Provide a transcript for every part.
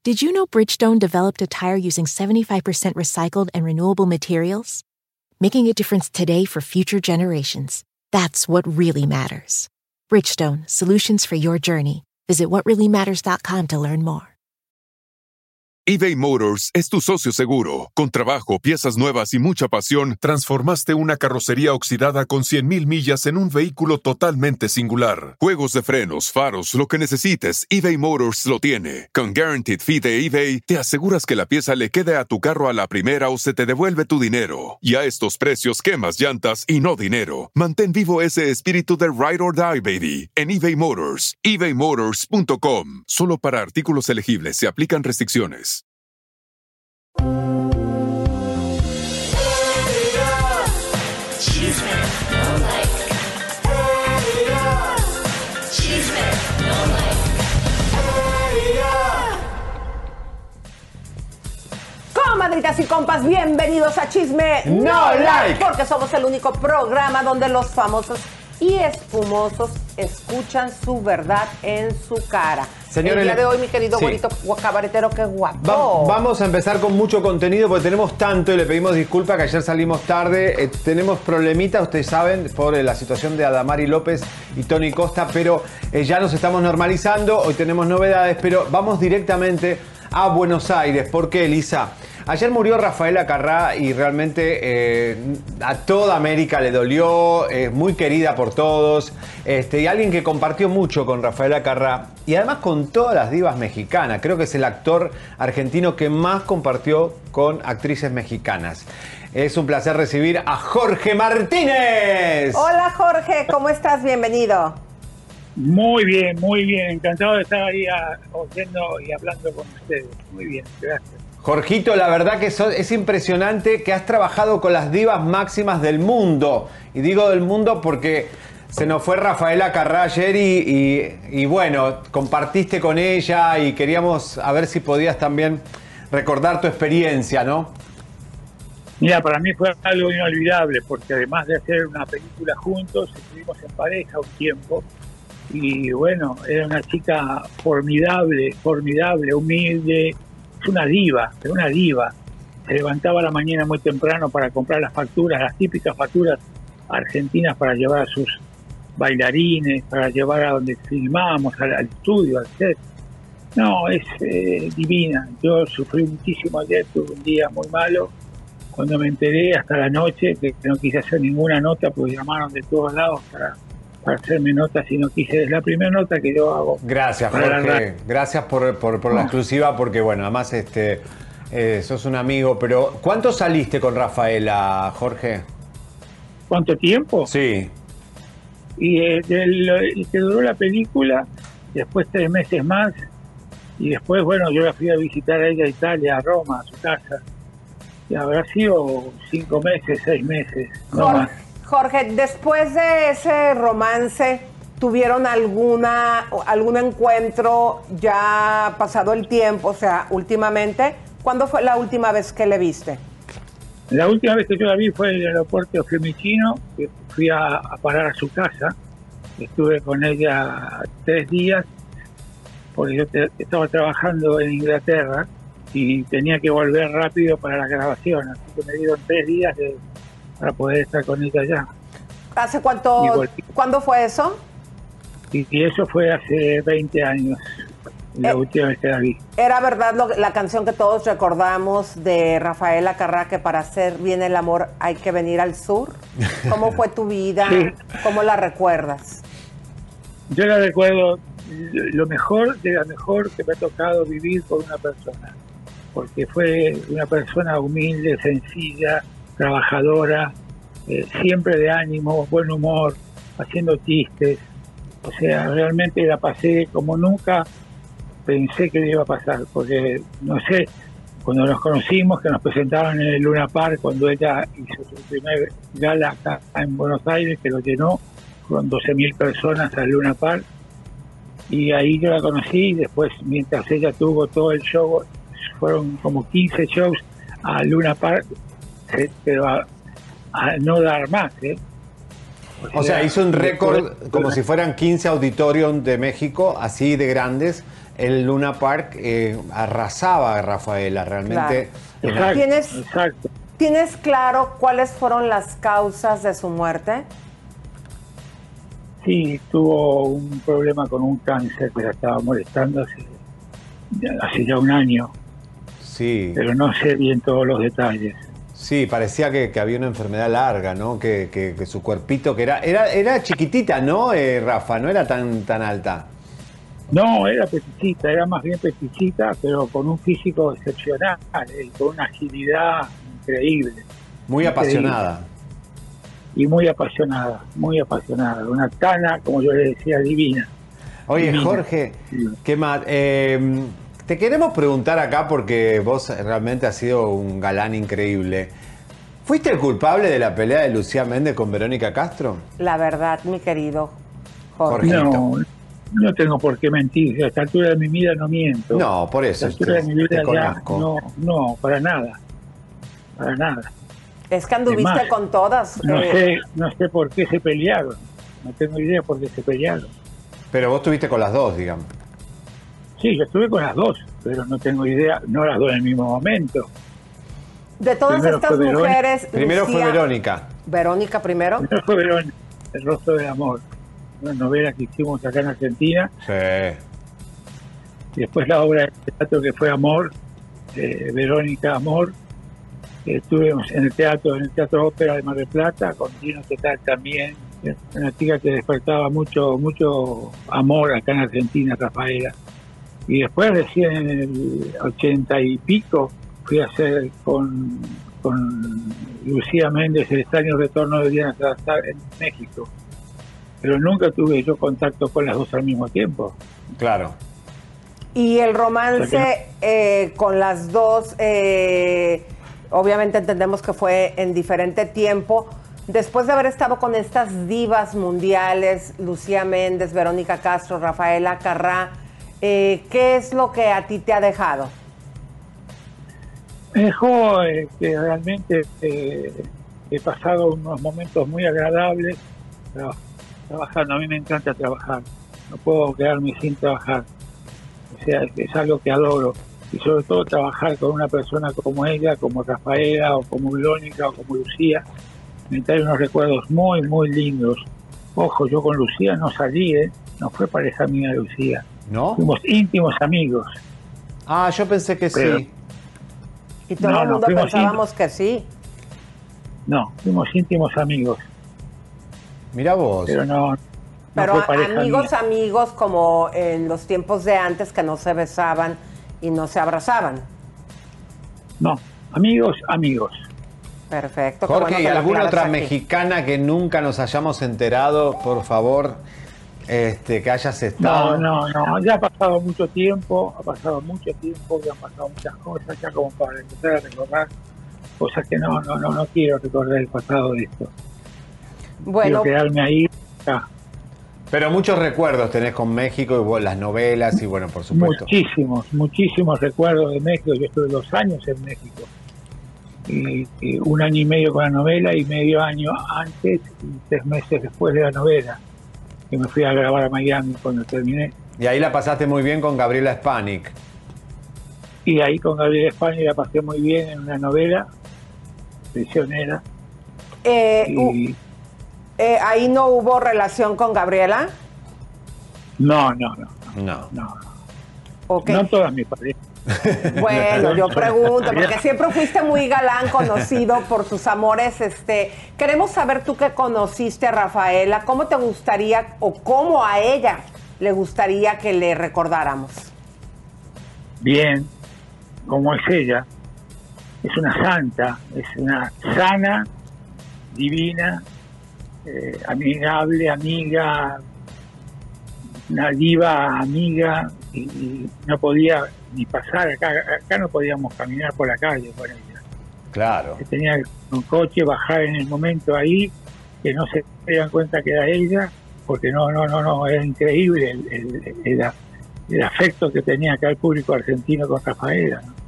Did you know Bridgestone developed a tire using 75% recycled and renewable materials? Making a difference today for future generations. That's what really matters. Bridgestone, solutions for your journey. Visit whatreallymatters.com to learn more. eBay Motors es tu socio seguro. Con trabajo, piezas nuevas y mucha pasión, transformaste una carrocería oxidada con 100,000 millas en un vehículo totalmente singular. Juegos de frenos, faros, lo que necesites, eBay Motors lo tiene. Con Guaranteed Fee de eBay, te aseguras que la pieza le quede a tu carro a la primera o se te devuelve tu dinero. Y a estos precios, quemas llantas y no dinero. Mantén vivo ese espíritu de Ride or Die, baby, en eBay Motors. ebaymotors.com. Solo para artículos elegibles se aplican restricciones. Comadritas y compas, bienvenidos a Chisme No Like, porque somos el único programa donde los famosos y espumosos escuchan su verdad en su cara. Señores, el día de hoy, mi querido güerito cabaretero, qué guapo. Vamos a empezar con mucho contenido porque tenemos tanto y le pedimos disculpas que ayer salimos tarde. Tenemos problemitas, ustedes saben, por la situación de Adamari López y Tony Costa, pero ya nos estamos normalizando. Hoy tenemos novedades, pero vamos directamente a Buenos Aires. ¿Por qué, Elisa? Ayer murió Rafaela Carrá y realmente a toda América le dolió, muy querida por todos, y alguien que compartió mucho con Rafaela Carrá y además con todas las divas mexicanas. Creo que es el actor argentino que más compartió con actrices mexicanas. Es un placer recibir a Jorge Martínez. Hola Jorge, ¿cómo estás? Bienvenido. Muy bien, encantado de estar ahí oyendo y hablando con ustedes. Muy bien, gracias. Jorgito, la verdad que es impresionante que has trabajado con las divas máximas del mundo. Y digo del mundo porque se nos fue Rafaela Carrá ayer y bueno, compartiste con ella y queríamos a ver si podías también recordar tu experiencia, ¿no? Mira, para mí fue algo inolvidable porque además de hacer una película juntos, estuvimos en pareja un tiempo. Y bueno, era una chica formidable, humilde. Es una diva, Se levantaba a la mañana muy temprano para comprar las facturas, las típicas facturas argentinas para llevar a sus bailarines, para llevar a donde filmábamos, al estudio, al set. No, es divina. Yo sufrí muchísimo ayer, tuve un día muy malo. Cuando me enteré hasta la noche, que no quise hacer ninguna nota, porque llamaron de todos lados para hacerme notas y no quise. Es la primera nota que yo hago. Gracias, Jorge. Gracias por la exclusiva, porque bueno, además sos un amigo. Pero ¿cuánto saliste con Rafaela, Jorge? ¿Cuánto tiempo? Sí. Y que duró la película, después 3 meses más, y después, bueno, yo la fui a visitar a ella a Italia, a Roma, a su casa. Y habrá sido 5 meses, 6 meses, no más. Jorge, después de ese romance, ¿tuvieron algún encuentro ya pasado el tiempo? O sea, últimamente, ¿cuándo fue la última vez que le viste? La última vez que yo la vi fue en el aeropuerto Fiumicino, que fui a parar a su casa. Estuve con ella 3 días, porque yo estaba trabajando en Inglaterra y tenía que volver rápido para la grabación. Así que me dieron 3 días para poder estar con ella allá. ¿Hace cuándo fue eso? Y eso fue hace 20 años, la última vez que la vi. ¿Era verdad la canción que todos recordamos de Rafaela Carrá, que para hacer bien el amor hay que venir al sur? ¿Cómo fue tu vida? Sí. ¿Cómo la recuerdas? Yo la recuerdo lo mejor de la mejor que me ha tocado vivir con una persona, porque fue una persona humilde, sencilla, trabajadora, siempre de ánimo, buen humor, haciendo chistes. O sea, realmente la pasé como nunca pensé que le iba a pasar, porque, no sé, cuando nos conocimos, que nos presentaron en el Luna Park, cuando ella hizo su primer gala acá en Buenos Aires, que lo llenó con 12.000 personas al Luna Park, y ahí yo la conocí. Después, mientras ella tuvo todo el show, fueron como 15 shows al Luna Park, pero a no dar más, O sea, hizo un récord como si fueran 15 auditorios de México, así de grandes, el Luna Park arrasaba a Rafaela, realmente. Exacto, ¿Tienes, exacto. ¿Tienes claro cuáles fueron las causas de su muerte? Sí, tuvo un problema con un cáncer que la estaba molestando hace ya un año, Sí, pero no sé bien todos los detalles. sí, parecía que había una enfermedad larga, ¿no? Que su cuerpito, que era chiquitita, ¿no, Rafa? No era tan alta. No, era peticita, era más bien peticita, pero con un físico excepcional, con una agilidad increíble. Muy apasionada. Y muy apasionada, una tana, como yo le decía, divina. Oye, Divina. Jorge, Sí. ¿qué más? Te queremos preguntar acá porque vos realmente has sido un galán increíble. ¿Fuiste el culpable de la pelea de Lucía Méndez con Verónica Castro? La verdad, mi querido Jorge. Jorge. No tengo por qué mentir, a esta altura de mi vida no miento. No, por A eso esta altura de mi vida te ya conozco. no, para nada, para nada. Es que anduviste Además, con todas. No sé por qué se pelearon, no tengo idea por qué se pelearon. Pero vos estuviste con las dos, digamos. Sí, yo estuve con las dos, pero no tengo idea, no las dos en el mismo momento. De todas Primero estas fue mujeres. Primero fue Lucía- Verónica. Verónica primero. Primero fue Verónica, El rostro del amor, una novela que hicimos acá en Argentina, Sí. y después la obra de teatro que fue Amor, Verónica Amor. Estuvimos en el Teatro Ópera de Mar del Plata, con Gino Tetal también, una chica que despertaba mucho amor acá en Argentina, Rafaela. Y después recién en el 80 y pico fui a hacer con Lucía Méndez El extraño retorno de Diana Salazar en México. Pero nunca tuve yo contacto con las dos al mismo tiempo. Claro. Y el romance con las dos, obviamente entendemos que fue en diferente tiempo. Después de haber estado con estas divas mundiales, Lucía Méndez, Verónica Castro, Rafaela Carrá, ¿qué es lo que a ti te ha dejado? Me dejó que realmente he pasado unos momentos muy agradables trabajando. A mí me encanta trabajar, no puedo quedarme sin trabajar. O sea, es algo que adoro. Y sobre todo trabajar con una persona como ella, como Rafaela, o como Verónica, o como Lucía, me trae unos recuerdos muy, muy lindos. Ojo, yo con Lucía no salí, no fue pareja mía Lucía. ¿No? Fuimos íntimos amigos. Ah, yo pensé que Pero- sí. Y todo No, el mundo fuimos pensábamos que sí. No, fuimos íntimos amigos, Mirá vos. pero no Pero fue pareja amigos, mía. amigos, como en los tiempos de antes que no se besaban y no se abrazaban. No, amigos. Perfecto. qué Jorge, bueno ¿y que lo alguna aclaras otra aquí. mexicana que nunca nos hayamos enterado, por favor, que hayas estado? No, ya ha pasado mucho tiempo, ya han pasado muchas cosas, ya como para empezar a recordar cosas que no quiero recordar el pasado de esto. Bueno, Quiero quedarme ahí. Ya. Pero muchos recuerdos tenés con México y bueno, las novelas y bueno, por supuesto. Muchísimos recuerdos de México. Yo estuve 2 años en México. Y 1 año y medio con la novela y medio año antes y 3 meses después de la novela, que me fui a grabar a Miami cuando terminé. Y ahí la pasaste muy bien con Gabriela Spanik. Y ahí con Gabriel España la pasé muy bien en una novela, Prisionera. Y ahí no hubo relación con Gabriela. no. No. Ok. No todas mis parejas. Bueno, yo pregunto, porque siempre fuiste muy galán, conocido por tus amores. Queremos saber tú que conociste a Rafaela, ¿cómo te gustaría o cómo a ella le gustaría que le recordáramos? Bien, como es ella, es una santa, es una sana, divina, amigable, amiga, una diva amiga, y no podía ni pasar acá no podíamos caminar por la calle con ella. Claro. Que tenía un coche, bajar en el momento ahí, que no se dieran cuenta que era ella, porque no, era increíble el afecto que tenía acá el público argentino con Rafaela, ¿no?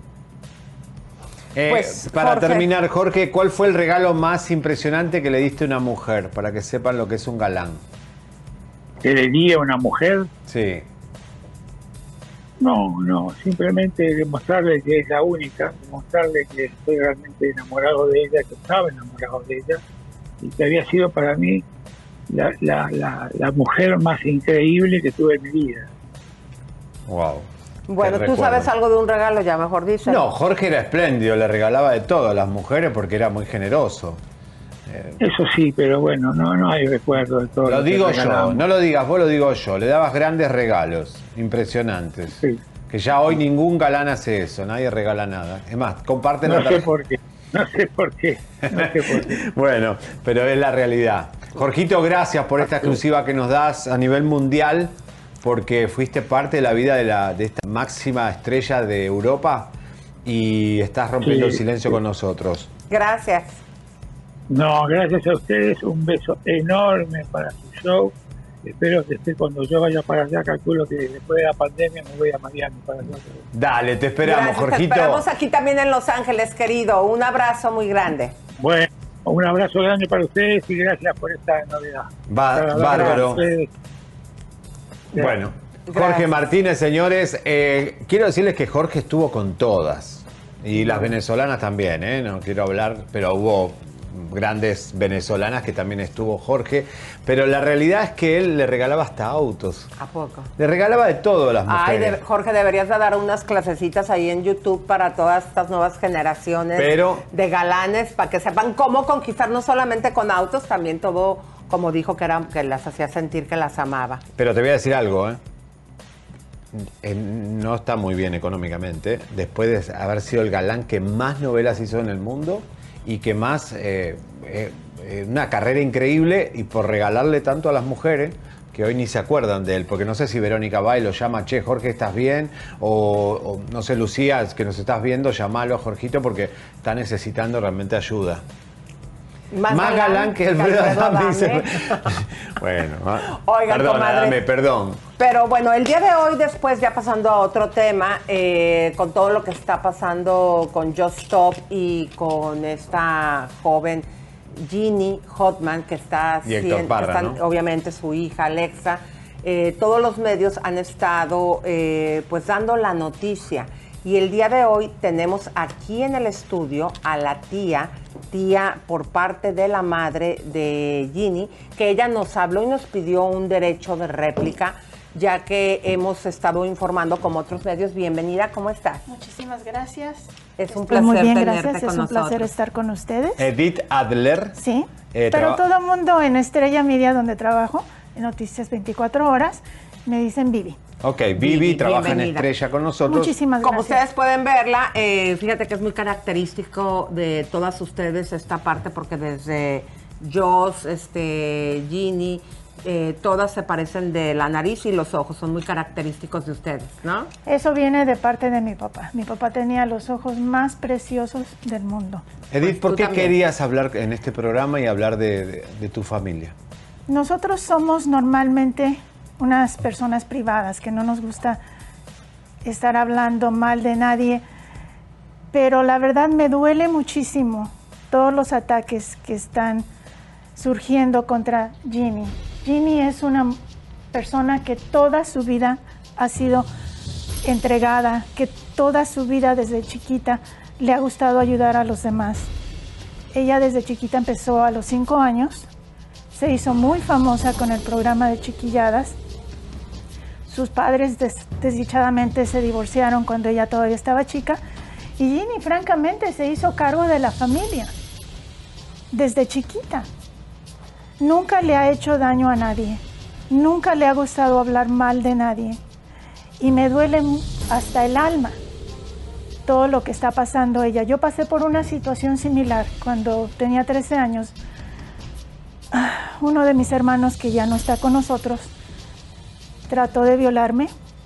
Pues, para Jorge. terminar, Jorge, ¿cuál fue el regalo más impresionante que le diste a una mujer? Para que sepan lo que es un galán. Que le di a una mujer, Sí. No, simplemente demostrarle que es la única, demostrarle que estoy realmente enamorado de ella, que estaba enamorado de ella, y que había sido para mí la mujer más increíble que tuve en mi vida. Wow. Bueno, ¿tú sabes algo de un regalo ya, mejor dicho? No, Jorge era espléndido, le regalaba de todo a las mujeres porque era muy generoso. Eso sí, pero bueno, no hay recuerdo de todo. Lo digo yo, no lo digas vos, lo digo yo. Le dabas grandes regalos, impresionantes. Sí. Que ya hoy ningún galán hace eso, nadie regala nada. Es más, comparten No sé por qué. Bueno, pero es la realidad. Jorgito, gracias por esta exclusiva que nos das a nivel mundial, porque fuiste parte de la vida de esta máxima estrella de Europa y estás rompiendo el silencio con nosotros. Gracias. No, gracias a ustedes, un beso enorme para su show. Espero que esté cuando yo vaya para allá, calculo que después de la pandemia me voy a Miami para allá. Dale, te esperamos, Gracias, Jorgito. Te esperamos aquí también en Los Ángeles, querido. Un abrazo muy grande. Bueno, un abrazo grande para ustedes y gracias por esta novedad. Bárbaro. Bueno, Jorge Gracias. Martínez, señores, quiero decirles que Jorge estuvo con todas, y las venezolanas también, no quiero hablar, pero hubo grandes venezolanas que también estuvo Jorge, pero la realidad es que él le regalaba hasta autos. ¿A poco? Le regalaba de todo a las mujeres. Ay, Jorge, deberías de dar unas clasecitas ahí en YouTube para todas estas nuevas generaciones de galanes, para que sepan cómo conquistar no solamente con autos, también todo, como dijo, que las hacía sentir que las amaba. Pero te voy a decir algo, no está muy bien económicamente, después de haber sido el galán que más novelas hizo en el mundo y que más, una carrera increíble, y por regalarle tanto a las mujeres que hoy ni se acuerdan de él, porque no sé si Verónica va y lo llama, che, Jorge, ¿estás bien? O no sé, Lucía, que nos estás viendo, llamalo a Jorgito porque está necesitando realmente ayuda. Más galán que Alfredo Adame. Bueno, oigan, perdón, perdón. Pero bueno, el día de hoy, después, ya pasando a otro tema, con todo lo que está pasando con Just Stop y con esta joven Ginny Hotman, que está haciendo, Parra, ¿no? Obviamente su hija Alexa, todos los medios han estado pues dando la noticia. Y el día de hoy tenemos aquí en el estudio a la tía por parte de la madre de Ginny, que ella nos habló y nos pidió un derecho de réplica, ya que hemos estado informando como otros medios. Bienvenida, ¿cómo estás? Muchísimas gracias. Es un placer muy bien, tenerte gracias. con es un nosotros. placer estar con ustedes. Edith Adler. Sí, pero todo el mundo en Estrella Media, donde trabajo, en Noticias 24 Horas, me dicen Vivi. Ok, Vivi trabaja bienvenida. en Estrella con nosotros. Muchísimas Como gracias. ustedes pueden verla, fíjate que es muy característico de todas ustedes esta parte, porque desde Joss, Ginny, todas se parecen de la nariz y los ojos, son muy característicos de ustedes, ¿no? Eso viene de parte de mi papá. Mi papá tenía los ojos más preciosos del mundo. Edith, ¿por tú qué también querías hablar en este programa y hablar de tu familia? Nosotros somos normalmente unas personas privadas, que no nos gusta estar hablando mal de nadie, pero la verdad me duele muchísimo todos los ataques que están surgiendo contra Ginny. Ginny es una persona que toda su vida ha sido entregada, que toda su vida desde chiquita le ha gustado ayudar a los demás. Ella desde chiquita empezó a los 5 años, se hizo muy famosa con el programa de Chiquilladas. Sus padres desdichadamente se divorciaron cuando ella todavía estaba chica, y Ginny francamente se hizo cargo de la familia desde chiquita. Nunca le ha hecho daño a nadie, nunca le ha gustado hablar mal de nadie, y me duele hasta el alma todo lo que está pasando ella. Yo pasé por una situación similar cuando tenía 13 años. Uno de mis hermanos, que ya no está con nosotros, trató de violarme,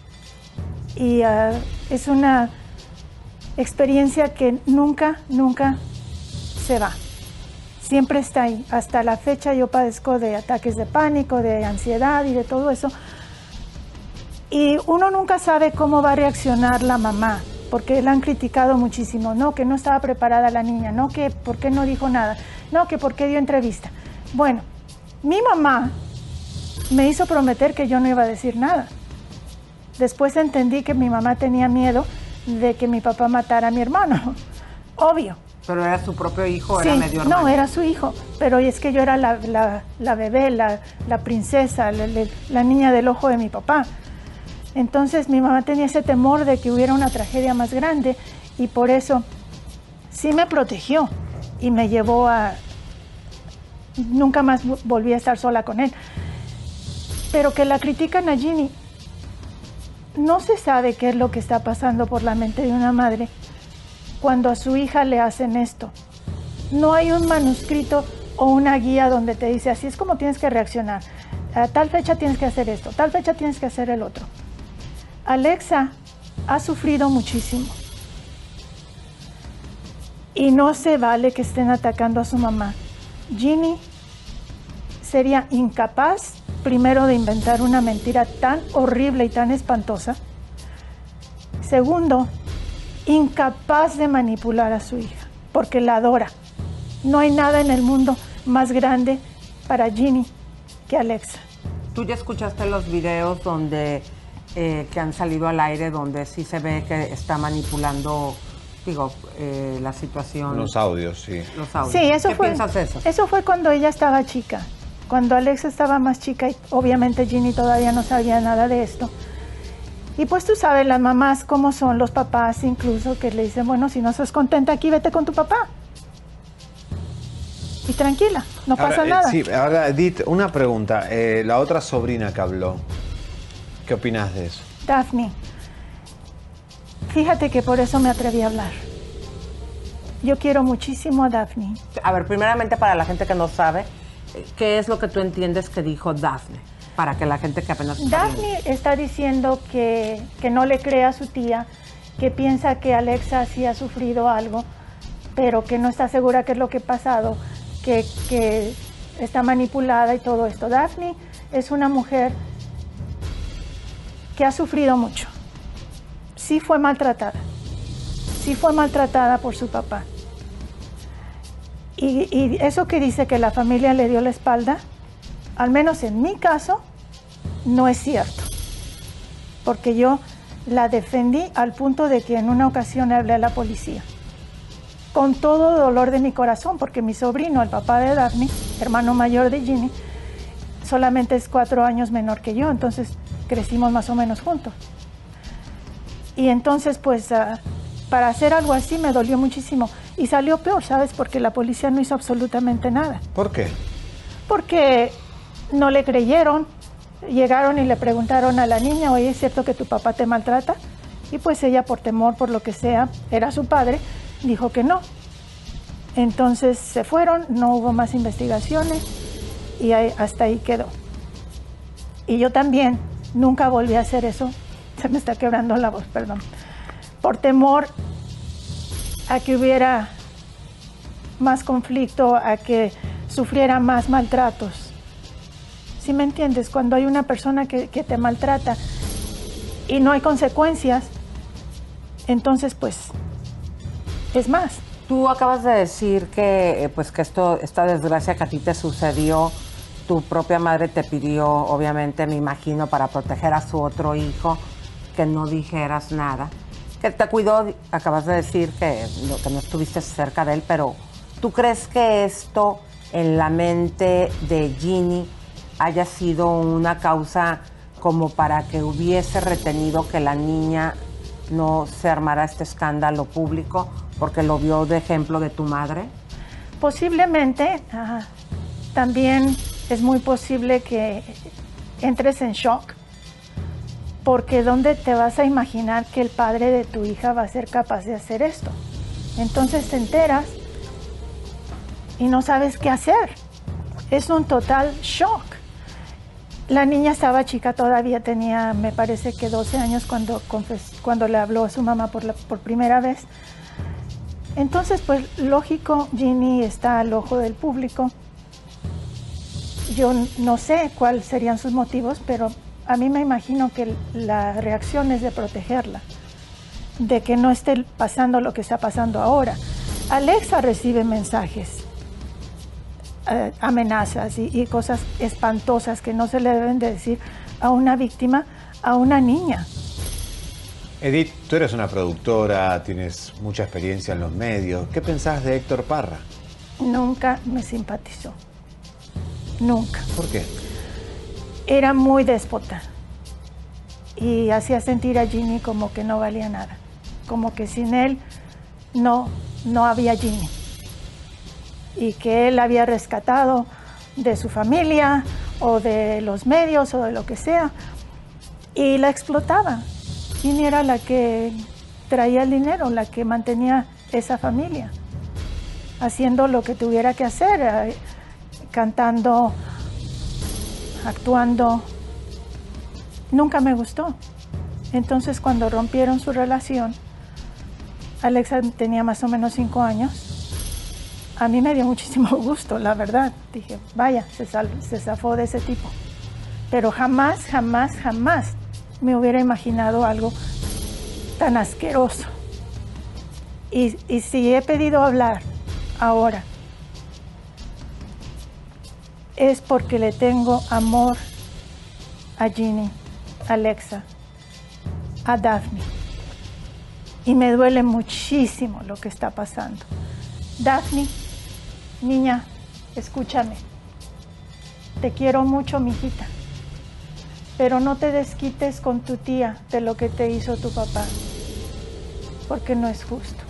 y es una experiencia que nunca se va. Siempre está ahí. Hasta la fecha yo padezco de ataques de pánico, de ansiedad y de todo eso. Y uno nunca sabe cómo va a reaccionar la mamá, porque la han criticado muchísimo. No, que no estaba preparada la niña, no, que por qué no dijo nada, no, que por qué dio entrevista. Bueno, mi mamá me hizo prometer que yo no iba a decir nada. Después entendí que mi mamá tenía miedo de que mi papá matara a mi hermano. Obvio. ¿Pero era su propio hijo o Sí, era medio hermano? no, era su hijo, pero es que yo era la bebé, la princesa, la niña del ojo de mi papá. Entonces mi mamá tenía ese temor de que hubiera una tragedia más grande y por eso sí me protegió y me llevó a... Nunca más volví a estar sola con él. Pero que la critican a Ginny, no se sabe qué es lo que está pasando por la mente de una madre cuando a su hija le hacen esto. No hay un manuscrito o una guía donde te dice así es como tienes que reaccionar. A tal fecha tienes que hacer esto, tal fecha tienes que hacer el otro. Alexa ha sufrido muchísimo. Y no se vale que estén atacando a su mamá. Ginny sería incapaz, primero, de inventar una mentira tan horrible y tan espantosa. Segundo, incapaz de manipular a su hija, porque la adora. No hay nada en el mundo más grande para Ginny que Alexa. ¿Tú ya escuchaste los videos donde que han salido al aire, donde sí se ve que está manipulando, la situación? Los audios, sí. Los audios. Sí, eso ¿Qué fue, piensas de eso? Eso fue cuando ella estaba chica. Cuando Alexa estaba más chica y obviamente Ginny todavía no sabía nada de esto. Y pues tú sabes, las mamás cómo son, los papás incluso, que le dicen, bueno, si no estás contenta aquí, vete con tu papá. Y tranquila, no pasa nada. Sí, ahora, Edith, una pregunta. La otra sobrina que habló, ¿qué opinas de eso? Daphne, fíjate que por eso me atreví a hablar. Yo quiero muchísimo a Daphne. A ver, primeramente para la gente que no sabe, ¿qué es lo que tú entiendes que dijo Daphne? Para que la gente que apenas... Daphne está diciendo que no le cree a su tía, que piensa que Alexa sí ha sufrido algo, pero que no está segura qué es lo que ha pasado, que está manipulada y todo esto. Daphne es una mujer que ha sufrido mucho. Sí fue maltratada por su papá. Y eso que dice que la familia le dio la espalda, al menos en mi caso, no es cierto. Porque yo la defendí al punto de que en una ocasión le hablé a la policía. Con todo dolor de mi corazón, porque mi sobrino, el papá de Daphne, hermano mayor de Ginny, solamente es 4 años menor que yo, entonces crecimos más o menos juntos. Y entonces, pues, para hacer algo así me dolió muchísimo. Y salió peor, ¿sabes? Porque la policía no hizo absolutamente nada. ¿Por qué? Porque no le creyeron. Llegaron y le preguntaron a la niña, oye, ¿es cierto que tu papá te maltrata? Y pues ella, por temor, por lo que sea, era su padre, dijo que no. Entonces se fueron, no hubo más investigaciones y hasta ahí quedó. Y yo también nunca volví a hacer eso. Se me está quebrando la voz, perdón. Por temor a que hubiera más conflicto, a que sufriera más maltratos. ¿Sí me entiendes? Cuando hay una persona que te maltrata y no hay consecuencias, entonces pues es más. Tú acabas de decir que pues que esta desgracia que a ti te sucedió, tu propia madre te pidió, obviamente, me imagino, para proteger a su otro hijo, que no dijeras nada. Que te cuidó, acabas de decir que no estuviste cerca de él, pero ¿tú crees que esto en la mente de Ginny haya sido una causa como para que hubiese retenido que la niña no se armara este escándalo público porque lo vio de ejemplo de tu madre? Posiblemente. También es muy posible que entres en shock, porque ¿dónde te vas a imaginar que el padre de tu hija va a ser capaz de hacer esto? Entonces te enteras y no sabes qué hacer. Es un total shock. La niña estaba chica todavía, tenía, me parece que 12 años cuando le habló a su mamá por primera vez. Entonces, pues lógico, Ginny está al ojo del público. Yo no sé cuáles serían sus motivos, pero a mí me imagino que la reacción es de protegerla, de que no esté pasando lo que está pasando ahora. Alexa recibe mensajes, amenazas y cosas espantosas que no se le deben de decir a una víctima, a una niña. Edith, tú eres una productora, tienes mucha experiencia en los medios. ¿Qué pensás de Héctor Parra? Nunca me simpatizó. Nunca. ¿Por qué? Era muy déspota y hacía sentir a Ginny como que no valía nada, como que sin él no había Ginny y que él la había rescatado de su familia o de los medios o de lo que sea y la explotaba. Ginny era la que traía el dinero, la que mantenía esa familia, haciendo lo que tuviera que hacer, cantando, actuando. Nunca me gustó. Entonces, cuando rompieron su relación, Alexa tenía más o menos 5 años. A mí me dio muchísimo gusto, la verdad. Dije, vaya, se zafó de ese tipo. Pero jamás me hubiera imaginado algo tan asqueroso. Y si he pedido hablar ahora, es porque le tengo amor a Ginny, a Alexa, a Daphne. Y me duele muchísimo lo que está pasando. Daphne, niña, escúchame. Te quiero mucho, mijita. Pero no te desquites con tu tía de lo que te hizo tu papá, porque no es justo.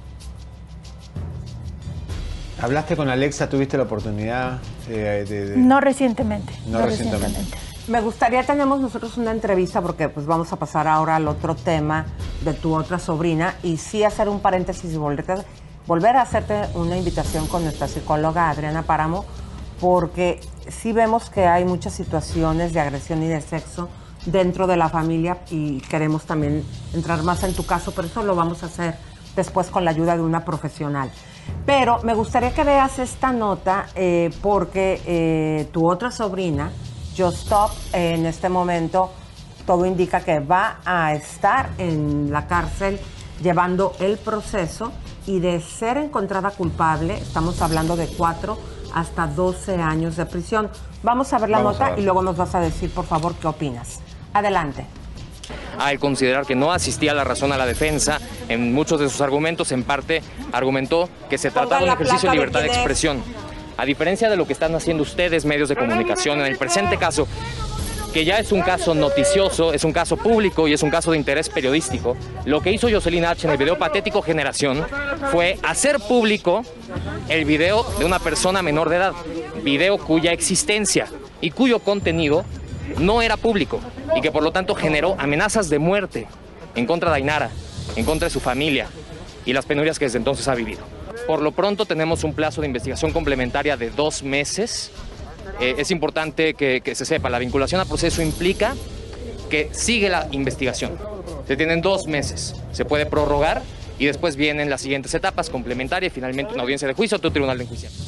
¿Hablaste con Alexa? ¿Tuviste la oportunidad de...? No recientemente. No recientemente. Me gustaría, tenemos nosotros una entrevista porque pues vamos a pasar ahora al otro tema de tu otra sobrina y sí hacer un paréntesis y volver a hacerte una invitación con nuestra psicóloga Adriana Páramo, porque sí vemos que hay muchas situaciones de agresión y de sexo dentro de la familia y queremos también entrar más en tu caso, pero eso lo vamos a hacer después con la ayuda de una profesional. Pero me gustaría que veas esta nota porque tu otra sobrina, Justop, en este momento todo indica que va a estar en la cárcel llevando el proceso y de ser encontrada culpable, estamos hablando de 4 hasta 12 años de prisión. Vamos a ver la nota y luego nos vas a decir, por favor, qué opinas. Adelante. Al considerar que no asistía la razón a la defensa, en muchos de sus argumentos, en parte argumentó que se trataba de un ejercicio de libertad de expresión. A diferencia de lo que están haciendo ustedes, medios de comunicación, en el presente caso, que ya es un caso noticioso, es un caso público y es un caso de interés periodístico, lo que hizo Jocelyn H. en el video Patético Generación fue hacer público el video de una persona menor de edad, video cuya existencia y cuyo contenido no era público y que por lo tanto generó amenazas de muerte en contra de Ainara, en contra de su familia y las penurias que desde entonces ha vivido. Por lo pronto tenemos un plazo de investigación complementaria de 2 meses. Es importante que se sepa, la vinculación a proceso implica que sigue la investigación. Se tienen 2 meses, se puede prorrogar y después vienen las siguientes etapas, complementaria y finalmente una audiencia de juicio o un tribunal de enjuiciamiento.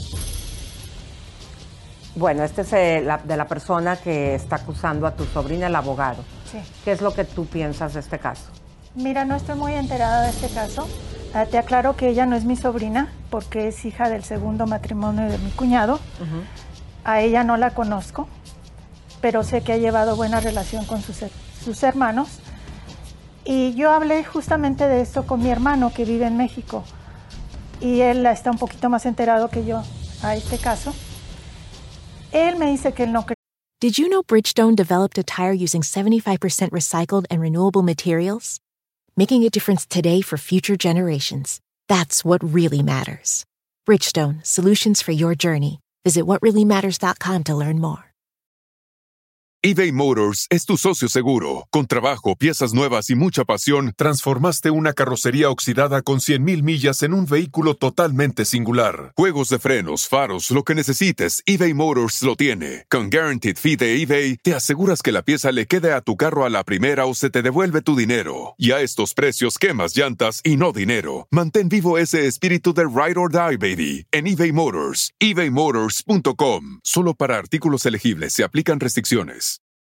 Bueno, este es de la persona que está acusando a tu sobrina, el abogado. Sí. ¿Qué es lo que tú piensas de este caso? Mira, no estoy muy enterada de este caso. Te aclaro que ella no es mi sobrina porque es hija del segundo matrimonio de mi cuñado. A ella no la conozco, pero sé que ha llevado buena relación con sus hermanos. Y yo hablé justamente de esto con mi hermano que vive en México. Y él está un poquito más enterado que yo a este caso. Él me dice que él no cree. Did you know Bridgestone developed a tire using 75% recycled and renewable materials? Making a difference today for future generations. That's what really matters. Bridgestone, solutions for your journey. Visit whatreallymatters.com to learn more. eBay Motors es tu socio seguro. Con trabajo, piezas nuevas y mucha pasión, transformaste una carrocería oxidada con 100,000 millas en un vehículo totalmente singular. Juegos de frenos, faros, lo que necesites, eBay Motors lo tiene. Con Guaranteed Fee de eBay, te aseguras que la pieza le quede a tu carro a la primera o se te devuelve tu dinero. Y a estos precios, quemas llantas y no dinero. Mantén vivo ese espíritu de Ride or Die, baby, en eBay Motors. ebaymotors.com. Solo para artículos elegibles se aplican restricciones.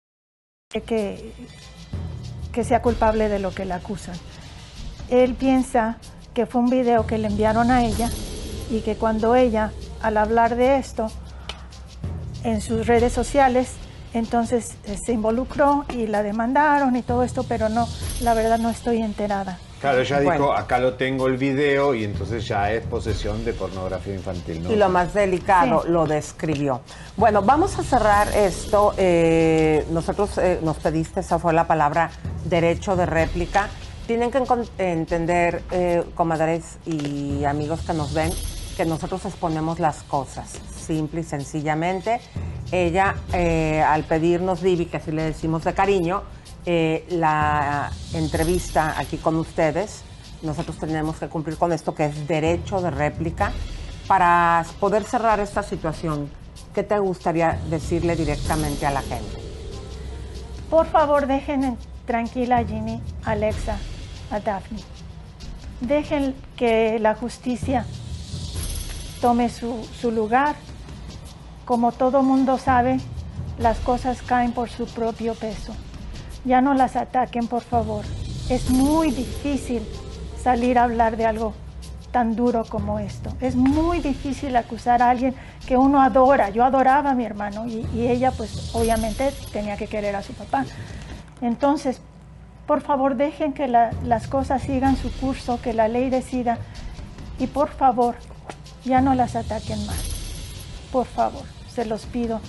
Que sea culpable de lo que le acusan. Él piensa que fue un video que le enviaron a ella y que cuando ella, al hablar de esto en sus redes sociales, Entonces se involucró y la demandaron y todo esto, pero no, la verdad no estoy enterada. Claro, ella dijo, acá lo tengo el video y entonces ya es posesión de pornografía infantil, ¿no? Y lo más delicado, lo describió. Bueno, vamos a cerrar esto. Nosotros nos pediste, esa fue la palabra, derecho de réplica. Tienen que entender, comadres y amigos que nos ven, que nosotros exponemos las cosas, simple y sencillamente. Ella, al pedirnos, Vivi, que así le decimos de cariño, la entrevista aquí con ustedes, nosotros tenemos que cumplir con esto que es derecho de réplica. Para poder cerrar esta situación, ¿qué te gustaría decirle directamente a la gente? Por favor, dejen tranquila a Ginny, a Alexa, a Daphne. Dejen que la justicia tome su lugar. Como todo mundo sabe, las cosas caen por su propio peso. Ya no las ataquen, por favor. Es muy difícil salir a hablar de algo tan duro como esto. Es muy difícil acusar a alguien que uno adora. Yo adoraba a mi hermano y ella, pues, obviamente tenía que querer a su papá. Entonces, por favor, dejen que las cosas sigan su curso, que la ley decida. Y por favor, ya no las ataquen más. Por favor, se los pido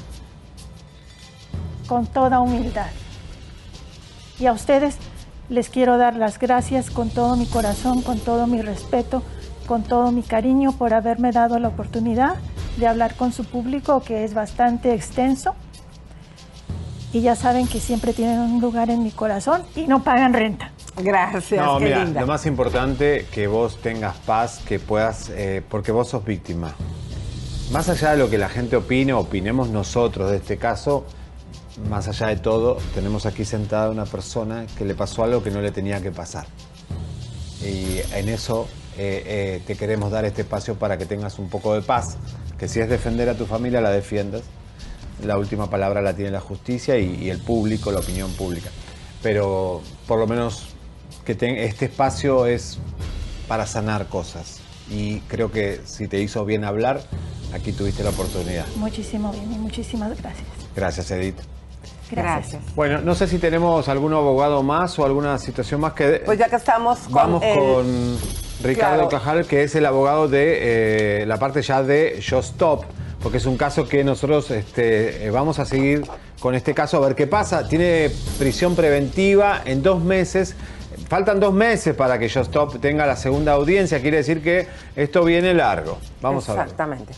con toda humildad. Y a ustedes les quiero dar las gracias con todo mi corazón, con todo mi respeto, con todo mi cariño por haberme dado la oportunidad de hablar con su público, que es bastante extenso. Y ya saben que siempre tienen un lugar en mi corazón y no pagan renta. Gracias, no, qué mira, linda. Lo más importante, que vos tengas paz, que puedas, porque vos sos víctima. Más allá de lo que la gente opine, opinemos nosotros de este caso, más allá de todo, tenemos aquí sentada una persona que le pasó algo que no le tenía que pasar. Y en eso te queremos dar este espacio para que tengas un poco de paz, que si es defender a tu familia, la defiendas. La última palabra la tiene la justicia y el público, la opinión pública. Pero por lo menos que este espacio es para sanar cosas. Y creo que si te hizo bien hablar, aquí tuviste la oportunidad. Muchísimo bien y muchísimas gracias. Gracias, Edith. Gracias. Bueno, no sé si tenemos algún abogado más o alguna situación más que... Pues ya que estamos con... Vamos con Ricardo Cajal, que es el abogado de la parte ya de Just Stop, porque es un caso que nosotros vamos a seguir con este caso a ver qué pasa. Tiene prisión preventiva en 2 meses. Faltan 2 meses para que Just Stop tenga la segunda audiencia. Quiere decir que esto viene largo. Vamos a ver. Exactamente.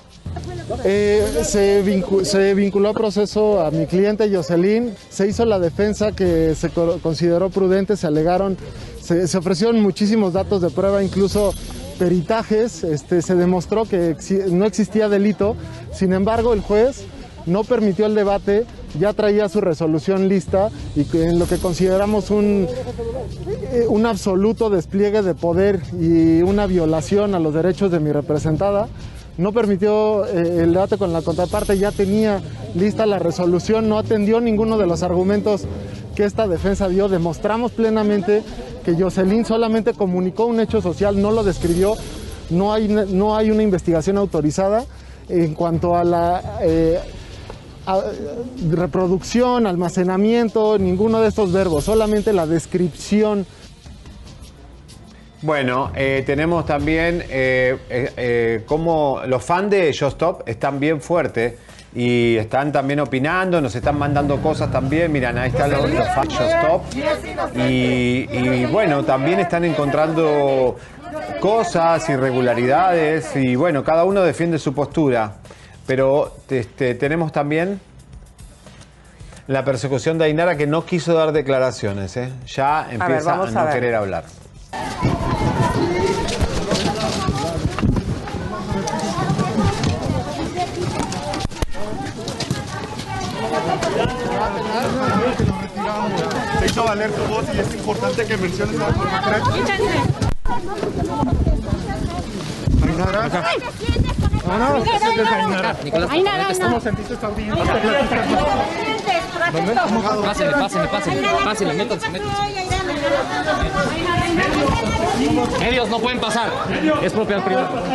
Se vinculó a proceso a mi cliente Jocelyn, se hizo la defensa que se consideró prudente, se ofrecieron muchísimos datos de prueba, incluso peritajes, se demostró que no existía delito. Sin embargo, el juez no permitió el debate, ya traía su resolución lista y en lo que consideramos un absoluto despliegue de poder y una violación a los derechos de mi representada, no permitió el debate con la contraparte, ya tenía lista la resolución, no atendió ninguno de los argumentos que esta defensa dio. Demostramos plenamente que Jocelyn solamente comunicó un hecho social, no lo describió, no hay una investigación autorizada en cuanto a la reproducción, almacenamiento, ninguno de estos verbos, solamente la descripción. Bueno, tenemos también como los fans de Just Stop están bien fuertes y están también opinando, nos están mandando cosas también. Miran, ahí están los fans de Just Stop y bueno, también están encontrando cosas, irregularidades y bueno, cada uno defiende su postura. Pero tenemos también la persecución de Ainara, que no quiso dar declaraciones, ya empieza a no querer hablar. Se hizo valer tu voz y es importante que menciones algo concreto. Ainara. Nicolás, ¿cómo sentiste esta audiencia? Pásenle, métanse. Medios no pueden pasar, es propiedad privada. No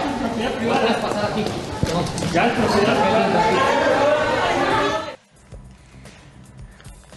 puedes pasar aquí.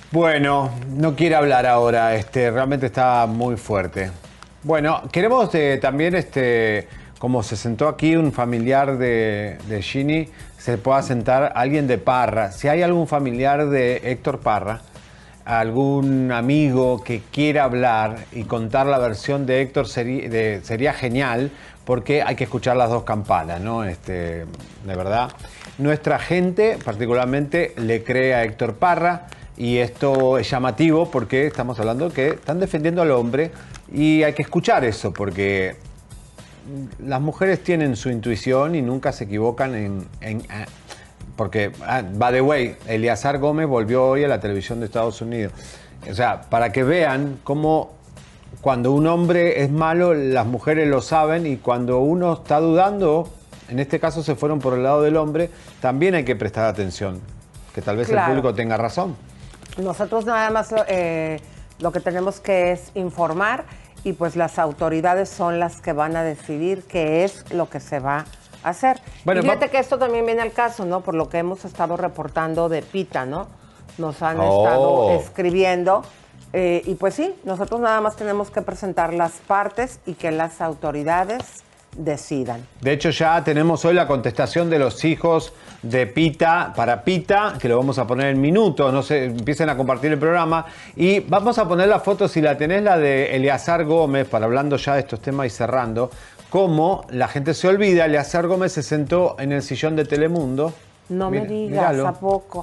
Bueno, no quiere hablar ahora, realmente está muy fuerte. Bueno, queremos también, como se sentó aquí un familiar de Ginny, se pueda sentar alguien de Parra. Si hay algún familiar de Héctor Parra, algún amigo que quiera hablar y contar la versión de Héctor, sería genial, porque hay que escuchar las dos campanas, ¿no? De verdad, nuestra gente particularmente le cree a Héctor Parra. Y esto es llamativo porque estamos hablando que están defendiendo al hombre y hay que escuchar eso porque las mujeres tienen su intuición y nunca se equivocan porque, by the way, Eleazar Gómez volvió hoy a la televisión de Estados Unidos. O sea, para que vean cómo cuando un hombre es malo, las mujeres lo saben y cuando uno está dudando, en este caso se fueron por el lado del hombre, también hay que prestar atención, que tal vez el público tenga razón. Nosotros nada más lo que tenemos que es informar y pues las autoridades son las que van a decidir qué es lo que se va a hacer. Bueno, y fíjate que esto también viene al caso, ¿no? Por lo que hemos estado reportando de Pita, ¿no? Nos han estado escribiendo y pues sí, nosotros nada más tenemos que presentar las partes y que las autoridades decidan. De hecho, ya tenemos hoy la contestación de los hijos de Pita, para Pita, que lo vamos a poner en minutos, no sé, empiecen a compartir el programa. Y vamos a poner la foto, si la tenés, la de Eleazar Gómez, para hablando ya de estos temas y cerrando. Cómo la gente se olvida, Eleazar Gómez se sentó en el sillón de Telemundo. No me digas, ¿a poco?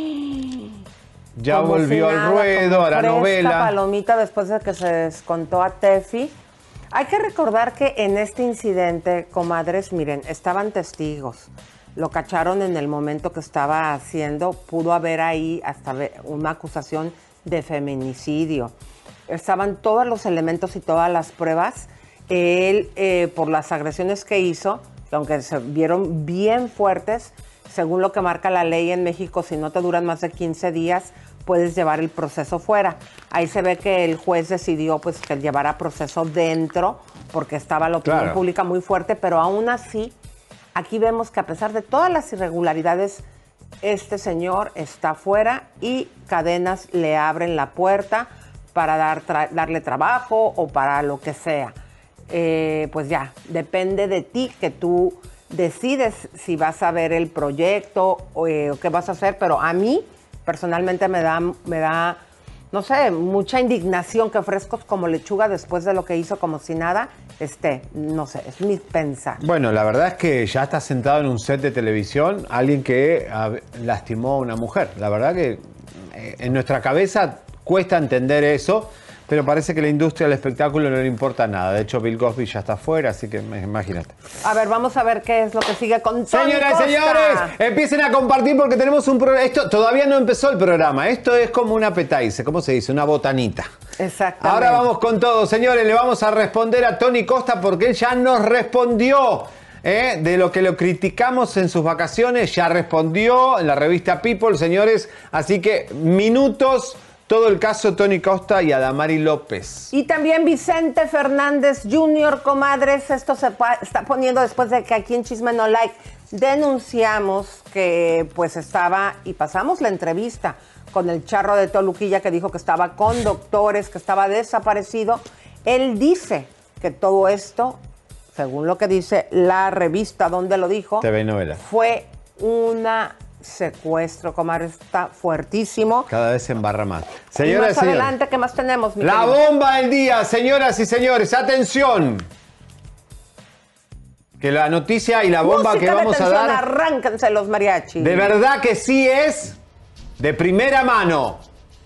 Ya volvió al ruedo, a la novela. Palomita después de que se descontó a Tefi. Hay que recordar que en este incidente, comadres, miren, estaban testigos. Lo cacharon en el momento que estaba haciendo. Pudo haber ahí hasta una acusación de feminicidio. Estaban todos los elementos y todas las pruebas. Él, por las agresiones que hizo, aunque se vieron bien fuertes, según lo que marca la ley en México, si no te duran más de 15 días, puedes llevar el proceso fuera. Ahí se ve que el juez decidió pues que llevara proceso dentro porque estaba la opinión pública muy fuerte, pero aún así, aquí vemos que a pesar de todas las irregularidades, este señor está fuera y cadenas le abren la puerta para darle trabajo o para lo que sea. Pues ya, depende de ti que tú decides si vas a ver el proyecto o qué vas a hacer, pero a mí personalmente me da, no sé, mucha indignación que Frescos como lechuga después de lo que hizo como si nada, no sé, es mi pensar. Bueno, la verdad es que ya está sentado en un set de televisión alguien que lastimó a una mujer. La verdad que en nuestra cabeza cuesta entender eso, pero parece que la industria del espectáculo no le importa nada. De hecho, Bill Cosby ya está fuera, así que imagínate. A ver, vamos a ver qué es lo que sigue con Tony Señoras Costa. y señores, empiecen a compartir porque tenemos un programa. Esto todavía no empezó el programa. Esto es como una petaice, ¿cómo se dice? Una botanita. Exactamente. Ahora vamos con todo, señores. Le vamos a responder a Tony Costa porque él ya nos respondió. De lo que lo criticamos en sus vacaciones, ya respondió en la revista People, señores. Así que minutos. Todo el caso Tony Costa y Adamari López. Y también Vicente Fernández Jr., comadres. Esto se está poniendo después de que aquí en Chisme No Like denunciamos que pues estaba y pasamos la entrevista con el charro de Toluquilla que dijo que estaba con doctores, que estaba desaparecido. Él dice que todo esto, según lo que dice la revista donde lo dijo, TV Novela, fue una secuestro, comadre, está fuertísimo. Cada vez se embarra más. Señoras y más adelante, ¿qué más tenemos? La bomba del día, señoras y señores, atención. Que la noticia y la bomba música que vamos a dar, arránquense los mariachis. De verdad que sí es de primera mano.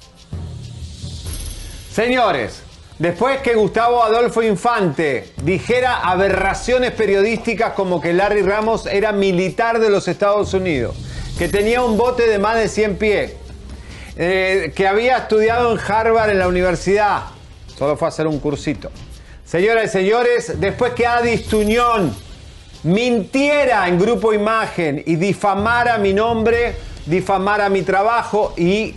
Señores, después que Gustavo Adolfo Infante dijera aberraciones periodísticas como que Larry Ramos era militar de los Estados Unidos, que tenía un bote de más de 100 pies, que había estudiado en Harvard en la universidad, solo fue a hacer un cursito. Señoras y señores, después que Adis Tuñón mintiera en Grupo Imagen y difamara mi nombre, difamara mi trabajo y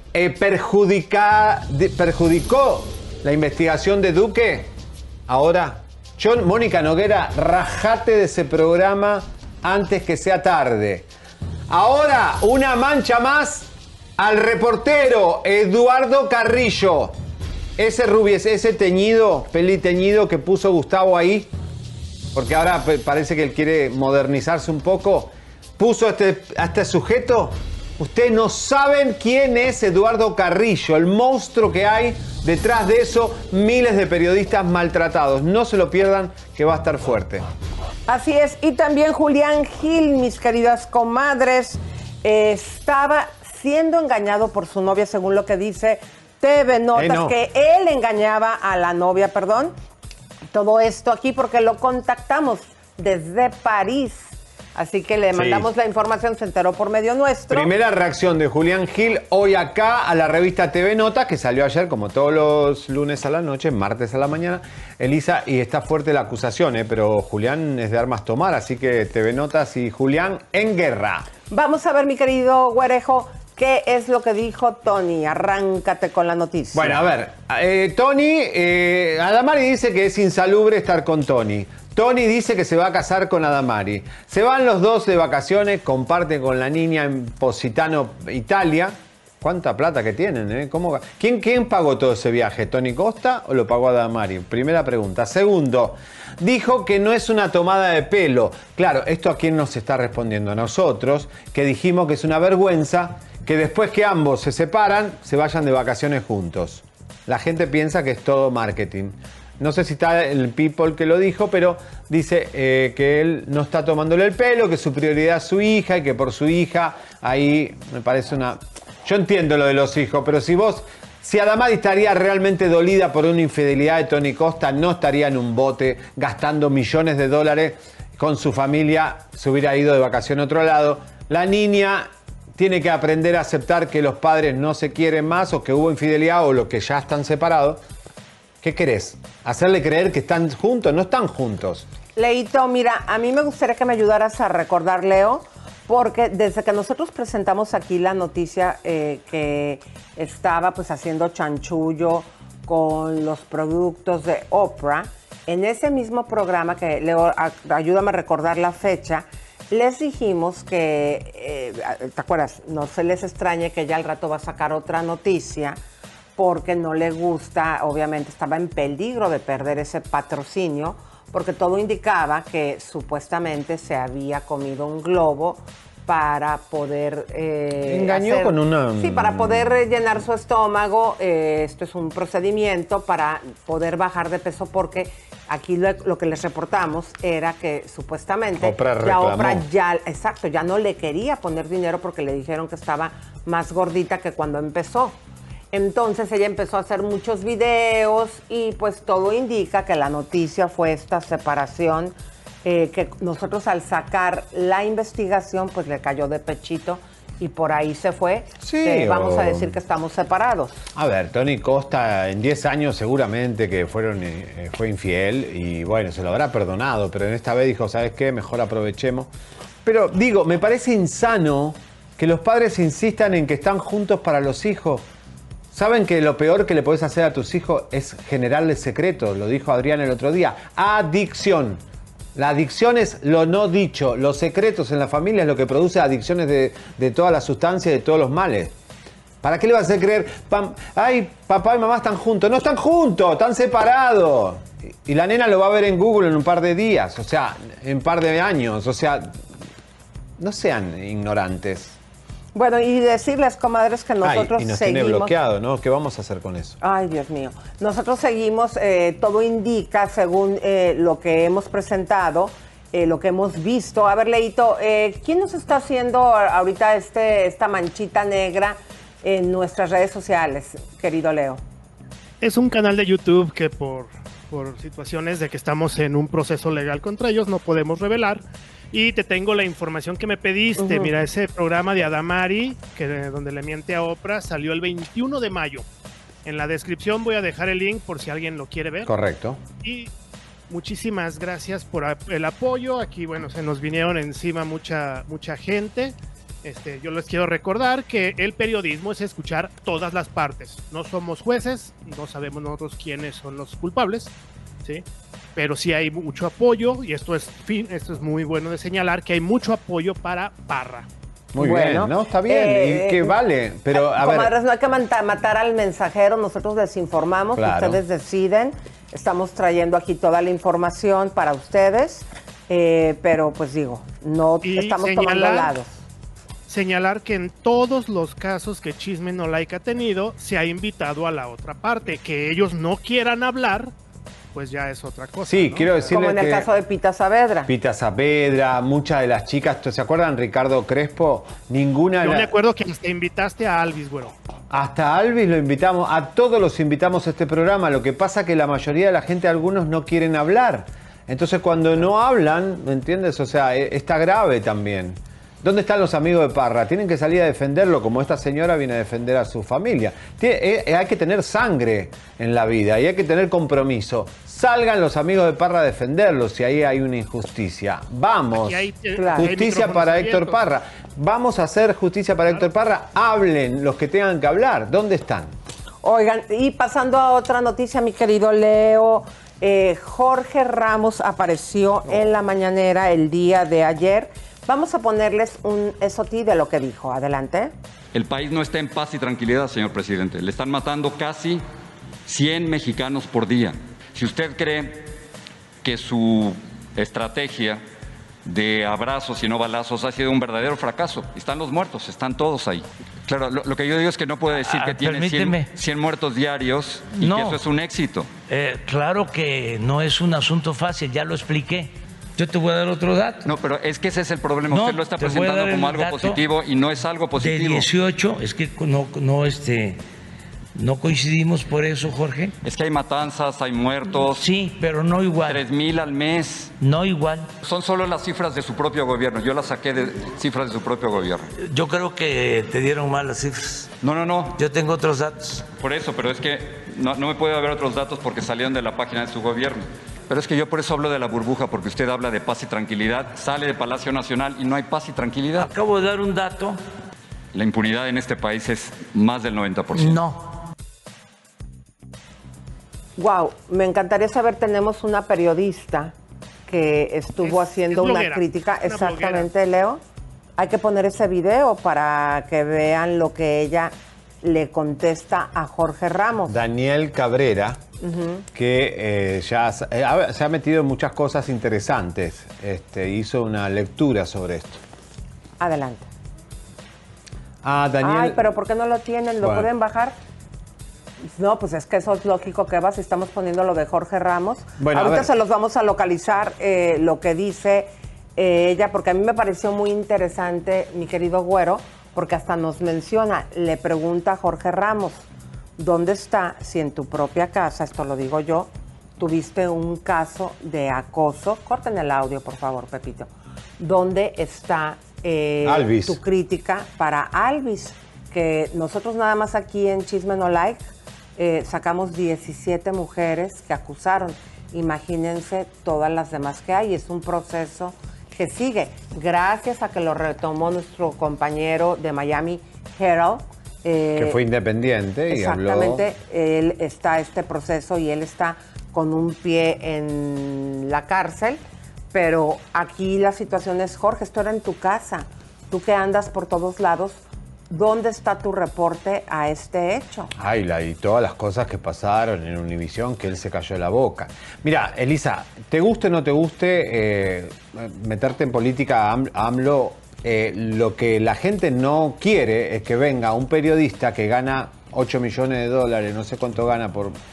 perjudicó la investigación de Duque, ahora, Mónica Noguera, rajate de ese programa antes que sea tarde. Ahora, una mancha más al reportero Eduardo Carrillo. Ese rubies, ese teñido, peli teñido que puso Gustavo ahí, porque ahora parece que él quiere modernizarse un poco, puso a este sujeto. Ustedes no saben quién es Eduardo Carrillo, el monstruo que hay detrás de eso, miles de periodistas maltratados. No se lo pierdan, que va a estar fuerte. Así es, y también Julián Gil, mis queridas comadres, estaba siendo engañado por su novia, según lo que dice TV Notas, que él engañaba a la novia, perdón. Todo esto aquí porque lo contactamos desde París. Así que le mandamos la información, se enteró por medio nuestro. Primera reacción de Julián Gil hoy acá a la revista TV Notas, que salió ayer, como todos los lunes a la noche, martes a la mañana, Elisa, y está fuerte la acusación, pero Julián es de armas tomar, así que TV Notas y Julián en guerra. Vamos a ver, mi querido Güerejo, ¿qué es lo que dijo Tony? Arráncate con la noticia. Bueno, a ver, Tony, Adamari dice que es insalubre estar con Tony. Tony dice que se va a casar con Adamari. Se van los dos de vacaciones, comparten con la niña en Positano, Italia. ¿Cuánta plata que tienen? ¿Quién pagó todo ese viaje? ¿Tony Costa o lo pagó Adamari? Primera pregunta. Segundo, dijo que no es una tomada de pelo. Claro, ¿esto a quién nos está respondiendo? A nosotros, que dijimos que es una vergüenza que después que ambos se separan, se vayan de vacaciones juntos. La gente piensa que es todo marketing. No sé si está el People que lo dijo, pero dice que él no está tomándole el pelo, que su prioridad es su hija y que por su hija ahí me parece una... Yo entiendo lo de los hijos, pero si Adamari estaría realmente dolida por una infidelidad de Tony Costa, no estaría en un bote gastando millones de dólares con su familia, se hubiera ido de vacación a otro lado. La niña tiene que aprender a aceptar que los padres no se quieren más o que hubo infidelidad o lo que ya están separados. ¿Qué querés? ¿Hacerle creer que están juntos? No están juntos. Leito, mira, a mí me gustaría que me ayudaras a recordar, Leo, porque desde que nosotros presentamos aquí la noticia que estaba pues haciendo chanchullo con los productos de Oprah, en ese mismo programa que, Leo, ayúdame a recordar la fecha, les dijimos que, ¿te acuerdas? No se les extrañe que ya al rato va a sacar otra noticia porque no le gusta, obviamente estaba en peligro de perder ese patrocinio, porque todo indicaba que supuestamente se había comido un globo para poder... Engañó con una... Sí, para poder llenar su estómago. Esto es un procedimiento para poder bajar de peso, porque aquí lo que les reportamos era que supuestamente Oprah ya no le quería poner dinero porque le dijeron que estaba más gordita que cuando empezó. Entonces ella empezó a hacer muchos videos y pues todo indica que la noticia fue esta separación, que nosotros al sacar la investigación pues le cayó de pechito y por ahí se fue. Sí, vamos a decir que estamos separados. A ver, Tony Costa en 10 años seguramente que fue infiel y bueno, se lo habrá perdonado, pero en esta vez dijo, ¿sabes qué? Mejor aprovechemos. Pero digo, me parece insano que los padres insistan en que están juntos para los hijos. ¿Saben que lo peor que le podés hacer a tus hijos es generarles secretos? Lo dijo Adrián el otro día. Adicción. La adicción es lo no dicho. Los secretos en la familia es lo que produce adicciones de todas las sustancias y de todos los males. ¿Para qué le vas a hacer creer? Ay, papá y mamá están juntos. No están juntos, están separados. Y la nena lo va a ver en Google en un par de días. O sea, en un par de años. O sea, no sean ignorantes. Bueno, y decirles, comadres, que nosotros y nos seguimos... tiene bloqueado, ¿no? ¿Qué vamos a hacer con eso? Ay, Dios mío. Nosotros seguimos, todo indica, según lo que hemos presentado, lo que hemos visto. A ver, Leito, ¿quién nos está haciendo ahorita esta manchita negra en nuestras redes sociales, querido Leo? Es un canal de YouTube que por situaciones de que estamos en un proceso legal contra ellos no podemos revelar. Y te tengo la información que me pediste. Mira, ese programa de Adamari, donde le miente a Oprah, salió el 21 de mayo. En la descripción voy a dejar el link por si alguien lo quiere ver. Correcto. Y muchísimas gracias por el apoyo. Aquí, bueno, se nos vinieron encima mucha gente. Yo les quiero recordar que el periodismo es escuchar todas las partes. No somos jueces, no sabemos nosotros quiénes son los culpables, ¿sí? Pero sí hay mucho apoyo, y esto es muy bueno de señalar, que hay mucho apoyo para Parra. Muy Bueno, bien, ¿no? Está bien. ¿Y qué vale? Pero, a ver. Comadres, no hay que matar al mensajero. Nosotros les informamos, Claro. ustedes deciden. Estamos trayendo aquí toda la información para ustedes. Pero, pues digo, no Y estamos tomando lados. Señalar que en todos los casos que Chisme No Like ha tenido, se ha invitado a la otra parte. Que ellos no quieran hablar, pues ya es otra cosa. Sí, ¿no? quiero decirle Como en el que caso de Pita Saavedra. Pita Saavedra, muchas de las chicas, ¿se acuerdan Ricardo Crespo? Ninguna de Yo me las... acuerdo que te invitaste a Alvis, güero. Hasta a Alvis lo invitamos, a todos los invitamos a este programa. Lo que pasa es que la mayoría de la gente, algunos no quieren hablar. Entonces cuando no hablan, ¿me entiendes? O sea, está grave también. ¿Dónde están los amigos de Parra? Tienen que salir a defenderlo como esta señora viene a defender a su familia. Hay que tener sangre en la vida y hay que tener compromiso. Salgan los amigos de Parra a defenderlo si ahí hay una injusticia. Vamos. Justicia para Héctor Parra. Vamos a hacer justicia para Héctor Parra. Hablen los que tengan que hablar. ¿Dónde están? Oigan, y pasando a otra noticia, mi querido Leo, Jorge Ramos apareció en la mañanera el día de ayer. Vamos a ponerles un SOT de lo que dijo. Adelante. El país no está en paz y tranquilidad, señor presidente. Le están matando casi 100 mexicanos por día. Si usted cree que su estrategia de abrazos y no balazos ha sido un verdadero fracaso, están los muertos, están todos ahí. Claro, lo que yo digo es que no puede decir que tiene 100 muertos diarios y que eso es un éxito. Claro que no es un asunto fácil, ya lo expliqué. Yo te voy a dar otro dato. No, pero es que ese es el problema. Usted lo está te voy a presentando dar como el algo dato positivo y no es algo positivo. De 18, es que no coincidimos por eso, Jorge. Es que hay matanzas, hay muertos. Sí, pero no igual. 3,000 al mes. No igual. Son solo las cifras de su propio gobierno. Yo las saqué de cifras de su propio gobierno. Yo creo que te dieron mal las cifras. No. Yo tengo otros datos. Por eso, pero es que no me puede haber otros datos porque salieron de la página de su gobierno. Pero es que yo por eso hablo de la burbuja, porque usted habla de paz y tranquilidad, sale de Palacio Nacional y no hay paz y tranquilidad. Acabo de dar un dato. La impunidad en este país es más del 90%. No. Wow, me encantaría saber, tenemos una periodista que estuvo haciendo una crítica. Exactamente, Leo. Hay que poner ese video para que vean lo que ella le contesta a Jorge Ramos. Daniel Cabrera, que ya se ha metido en muchas cosas interesantes. Hizo una lectura sobre esto. Adelante. Daniel. Ay, pero ¿por qué no lo tienen? ¿Lo pueden bajar? No, pues es que eso es lógico que va si estamos poniendo lo de Jorge Ramos. Bueno, ahorita se los vamos a localizar lo que dice ella, porque a mí me pareció muy interesante, mi querido Güero, porque hasta nos menciona, le pregunta a Jorge Ramos, ¿dónde está si en tu propia casa, esto lo digo yo, tuviste un caso de acoso? Corten el audio, por favor, Pepito. ¿Dónde está tu crítica para Alvis? Que nosotros nada más aquí en Chisme No Like sacamos 17 mujeres que acusaron. Imagínense todas las demás que hay. Es un proceso que sigue. Gracias a que lo retomó nuestro compañero de Miami Herald. Que fue independiente y habló. Exactamente. Él está este proceso y él está con un pie en la cárcel. Pero aquí la situación es, Jorge, esto era en tu casa. Tú que andas por todos lados, ¿dónde está tu reporte a este hecho? Y todas las cosas que pasaron en Univisión, que él se cayó la boca. Mira, Elisa, te guste o no te guste meterte en política a AMLO, lo que la gente no quiere es que venga un periodista que gana 8 millones de dólares, no sé cuánto gana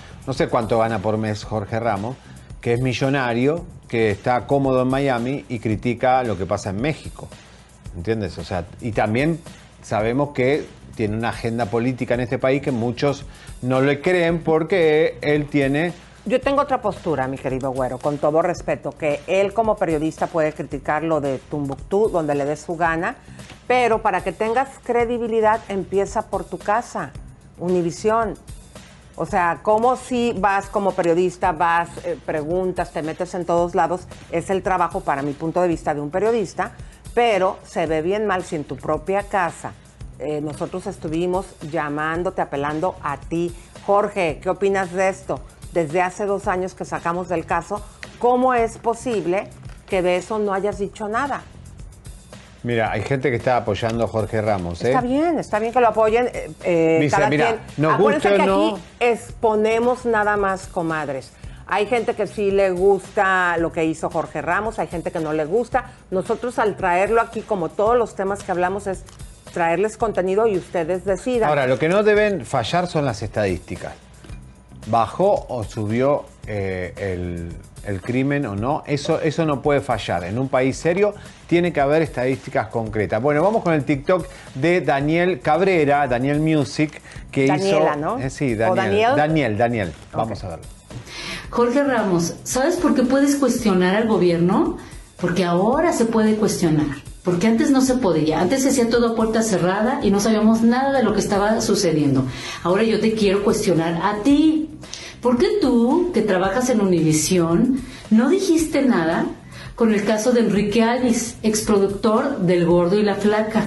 por mes Jorge Ramos, que es millonario, que está cómodo en Miami y critica lo que pasa en México. ¿Entiendes? O sea, y también sabemos que tiene una agenda política en este país que muchos no le creen porque él tiene... Yo tengo otra postura, mi querido Güero, con todo respeto, que él como periodista puede criticar lo de Tumbuctú, donde le dé su gana, pero para que tengas credibilidad empieza por tu casa, Univisión. O sea, como si vas como periodista, vas, preguntas, te metes en todos lados, es el trabajo, para mi punto de vista, de un periodista, pero se ve bien mal si en tu propia casa nosotros estuvimos llamándote, apelando a ti. Jorge, ¿qué opinas de esto? Desde hace 2 años que sacamos del caso, ¿cómo es posible que de eso no hayas dicho nada? Mira, hay gente que está apoyando a Jorge Ramos. Está bien que lo apoyen. Dice, cada mira, quien. nos Acuérdense guste que o no. aquí exponemos nada más, comadres. Hay gente que sí le gusta lo que hizo Jorge Ramos, hay gente que no le gusta. Nosotros al traerlo aquí, como todos los temas que hablamos, es traerles contenido y ustedes decidan. Ahora, lo que no deben fallar son las estadísticas. ¿Bajó o subió el crimen o no? Eso no puede fallar. En un país serio tiene que haber estadísticas concretas. Bueno, vamos con el TikTok de Daniel Cabrera, Daniel Music, que Daniela, hizo... ¿no? Sí, ¿O Daniel? Daniel. Vamos a verlo. Jorge Ramos, ¿sabes por qué puedes cuestionar al gobierno? Porque ahora se puede cuestionar. Porque antes no se podía, antes se hacía todo a puerta cerrada y no sabíamos nada de lo que estaba sucediendo. Ahora yo te quiero cuestionar a ti. ¿Por qué tú, que trabajas en Univisión, no dijiste nada con el caso de Enrique Alvis, exproductor del Gordo y la Flaca?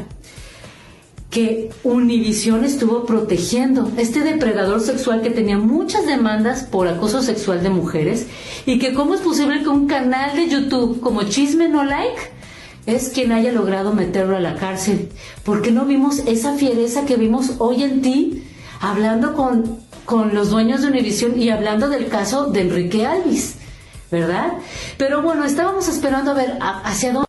Que Univisión estuvo protegiendo este depredador sexual que tenía muchas demandas por acoso sexual de mujeres y que cómo es posible que un canal de YouTube como Chisme No Like es quien haya logrado meterlo a la cárcel. ¿Por qué no vimos esa fiereza que vimos hoy en ti hablando con los dueños de Univisión y hablando del caso de Enrique Alvis, ¿verdad? Pero bueno, estábamos esperando a ver hacia dónde.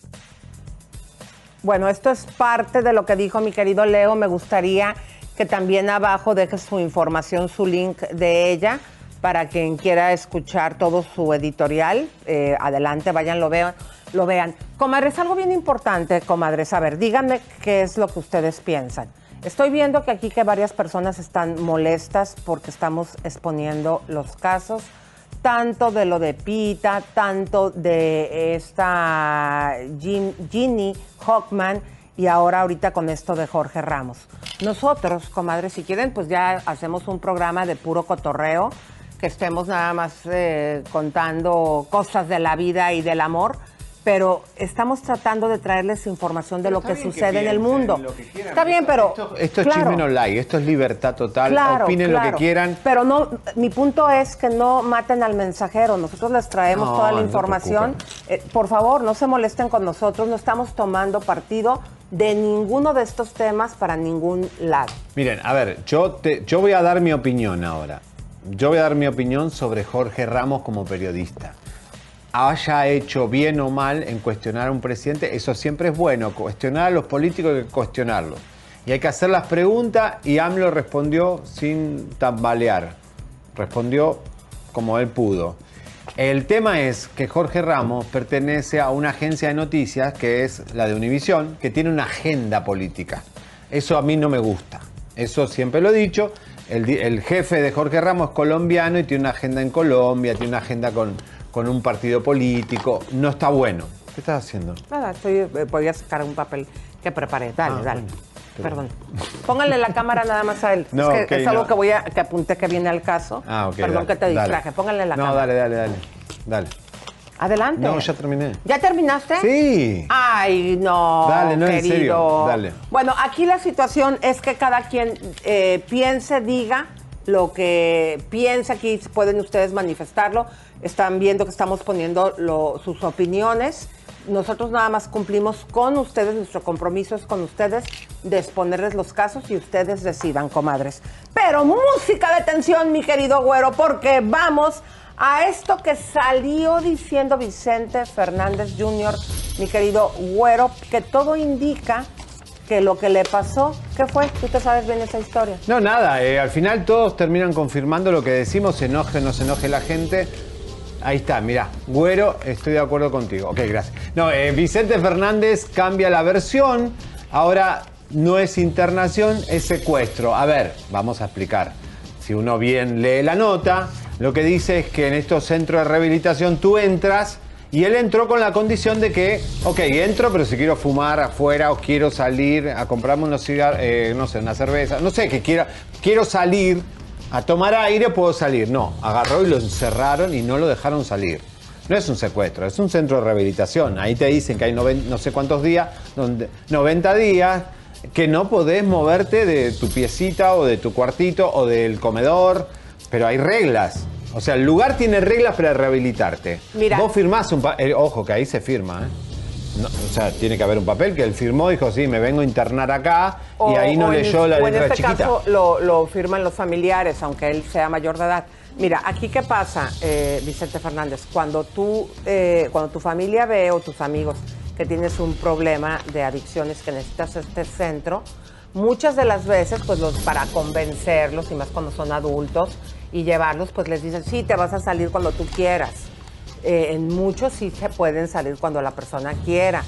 Bueno, esto es parte de lo que dijo mi querido Leo. Me gustaría que también abajo deje su información, su link de ella, para quien quiera escuchar todo su editorial. Adelante, vayan, lo vean. Comadres, algo bien importante, comadres. A ver, díganme qué es lo que ustedes piensan. Estoy viendo que aquí que varias personas están molestas porque estamos exponiendo los casos, tanto de lo de Pita, tanto de esta Ginny Hockman y ahorita con esto de Jorge Ramos. Nosotros, comadres, si quieren, pues ya hacemos un programa de puro cotorreo, que estemos nada más contando cosas de la vida y del amor, pero estamos tratando de traerles información de lo que sucede en el mundo. Está bien, pero... Esto es Chisme No Like, esto es libertad total, opinen lo que quieran. Pero no, mi punto es que no maten al mensajero, nosotros les traemos toda la información. Por favor, no se molesten con nosotros, no estamos tomando partido de ninguno de estos temas para ningún lado. Miren, a ver, yo voy a dar mi opinión ahora. Yo voy a dar mi opinión sobre Jorge Ramos como periodista. Haya hecho bien o mal en cuestionar a un presidente, eso siempre es bueno. Cuestionar a los políticos hay que cuestionarlos. Y hay que hacer las preguntas y AMLO respondió sin tambalear. Respondió como él pudo. El tema es que Jorge Ramos pertenece a una agencia de noticias que es la de Univisión, que tiene una agenda política. Eso a mí no me gusta. Eso siempre lo he dicho. El jefe de Jorge Ramos es colombiano y tiene una agenda en Colombia, tiene una agenda con un partido político. No está bueno. ¿Qué estás haciendo? Nada, voy a sacar un papel que preparé. Dale. Bueno, perdón. Póngale la cámara nada más a él. No, es que okay, es algo que apunté que viene al caso. Ok. Perdón que te distraje. Póngale la cámara. Dale. Adelante. No, ya terminé. ¿Ya terminaste? Sí. Ay, no, dale, no, querido. en serio, dale. Bueno, aquí la situación es que cada quien piense, diga lo que piensa. Aquí pueden ustedes manifestarlo. Están viendo que estamos poniendo sus opiniones. Nosotros nada más cumplimos con ustedes, nuestro compromiso es con ustedes de exponerles los casos y ustedes decidan, comadres. Pero música de tensión, mi querido güero, porque vamos a esto que salió diciendo Vicente Fernández Jr., mi querido güero, que todo indica que lo que le pasó, ¿qué fue? ¿Tú te sabes bien esa historia? No, nada, al final todos terminan confirmando lo que decimos, se enoje o no se enoje la gente. Ahí está, mirá, güero, estoy de acuerdo contigo. Ok, gracias. No, Vicente Fernández cambia la versión, ahora no es internación, es secuestro. A ver, vamos a explicar. Si uno bien lee la nota, lo que dice es que en estos centros de rehabilitación tú entras y él entró con la condición de que, ok, entro, pero si quiero fumar afuera o quiero salir a comprarme unos cigarros, no sé, una cerveza, no sé, que quiero salir a tomar aire, puedo salir. No, agarró y lo encerraron y no lo dejaron salir. No es un secuestro, es un centro de rehabilitación. Ahí te dicen que hay no sé cuántos días, 90 días, que no podés moverte de tu piecita o de tu cuartito o del comedor, pero hay reglas. O sea, el lugar tiene reglas para rehabilitarte. Mira. Vos firmás ojo, que ahí se firma, No, o sea, tiene que haber un papel que él firmó, dijo, sí, me vengo a internar acá, y ahí no leyó la letra chiquita. En este caso lo firman los familiares, aunque él sea mayor de edad. Mira, aquí qué pasa, Vicente Fernández, cuando tu familia ve o tus amigos que tienes un problema de adicciones, que necesitas este centro, muchas de las veces, pues para convencerlos, y más cuando son adultos, y llevarlos, pues les dicen, sí, te vas a salir cuando tú quieras. En muchos sí se pueden salir cuando la persona quiera.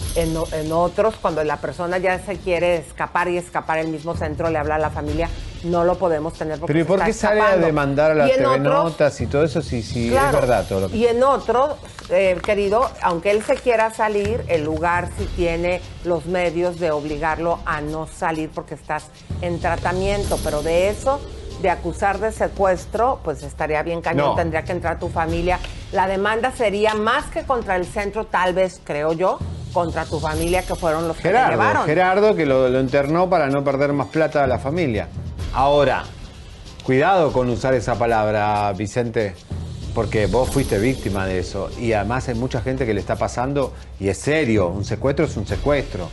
En otros, cuando la persona ya se quiere escapar y escapar el mismo centro, le habla a la familia, no lo podemos tener porque pero ¿y por qué sale a demandar a la TV Notas y todo eso? Sí, claro, es verdad todo lo que... Y en otro, querido, aunque él se quiera salir, el lugar sí tiene los medios de obligarlo a no salir porque estás en tratamiento, pero de eso, de acusar de secuestro, pues estaría bien cañón, no. Tendría que entrar tu familia. La demanda sería más que contra el centro, tal vez, creo yo, contra tu familia, que fueron los que te llevaron. Gerardo, que lo internó para no perder más plata a la familia. Ahora, cuidado con usar esa palabra, Vicente, porque vos fuiste víctima de eso. Y además hay mucha gente que le está pasando, y es serio, un secuestro es un secuestro.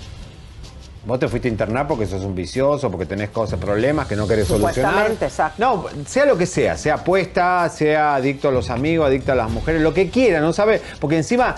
Vos te fuiste a internar porque sos un vicioso, porque tenés cosas, problemas que no querés solucionar. Exacto. No, sea lo que sea apuesta, sea adicto a los amigos, adicto a las mujeres, lo que quiera, no sabe, porque encima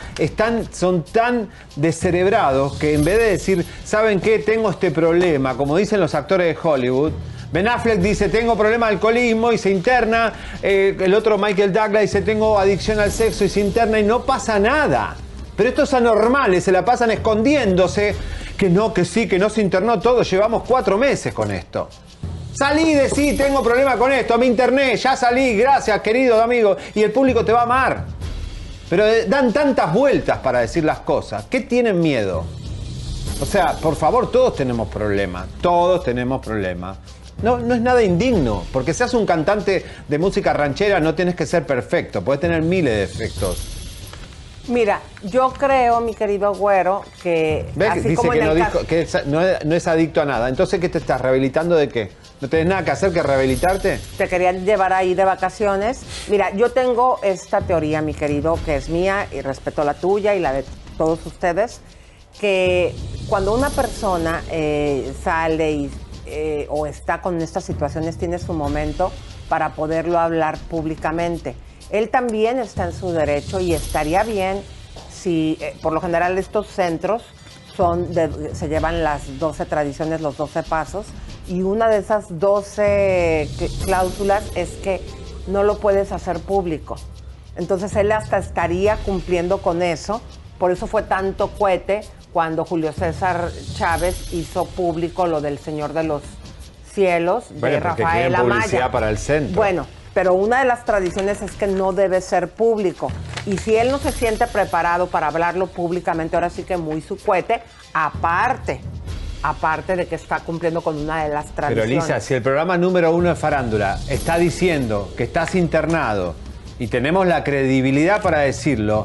son tan descerebrados que en vez de decir, ¿saben qué? Tengo este problema, como dicen los actores de Hollywood. Ben Affleck dice, tengo problema de alcoholismo y se interna. El otro, Michael Douglas, dice, tengo adicción al sexo y se interna y no pasa nada. Pero estos anormales se la pasan escondiéndose, que no, que sí, que no se internó todo. Llevamos 4 meses con esto. Salí de sí, tengo problema con esto, me interné, ya salí, gracias, querido amigo. Y el público te va a amar. Pero dan tantas vueltas para decir las cosas. ¿Qué tienen miedo? O sea, por favor, todos tenemos problemas. Todos tenemos problemas. No es nada indigno, porque seas un cantante de música ranchera no tienes que ser perfecto, puedes tener miles de defectos. Mira, yo creo, mi querido Güero, que ¿ves? así Dice como que, en el caso... que no es adicto a nada. Entonces, ¿qué te estás rehabilitando de qué? ¿No tenés nada que hacer que rehabilitarte? Te quería llevar ahí de vacaciones. Mira, yo tengo esta teoría, mi querido, que es mía y respeto la tuya y la de todos ustedes, que cuando una persona sale o está con estas situaciones, tiene su momento para poderlo hablar públicamente. Él también está en su derecho y estaría bien si, por lo general, estos centros se llevan las 12 tradiciones, los 12 pasos, y una de esas 12 cláusulas es que no lo puedes hacer público. Entonces él hasta estaría cumpliendo con eso, por eso fue tanto cohete cuando Julio César Chávez hizo público lo del Señor de los Cielos, de Rafael Amaya. Para el centro. Bueno, pero una de las tradiciones es que no debe ser público. Y si él no se siente preparado para hablarlo públicamente, ahora sí que muy su cohete, aparte de que está cumpliendo con una de las tradiciones. Pero Elisa, si el programa número 1 de Farándula está diciendo que estás internado y tenemos la credibilidad para decirlo,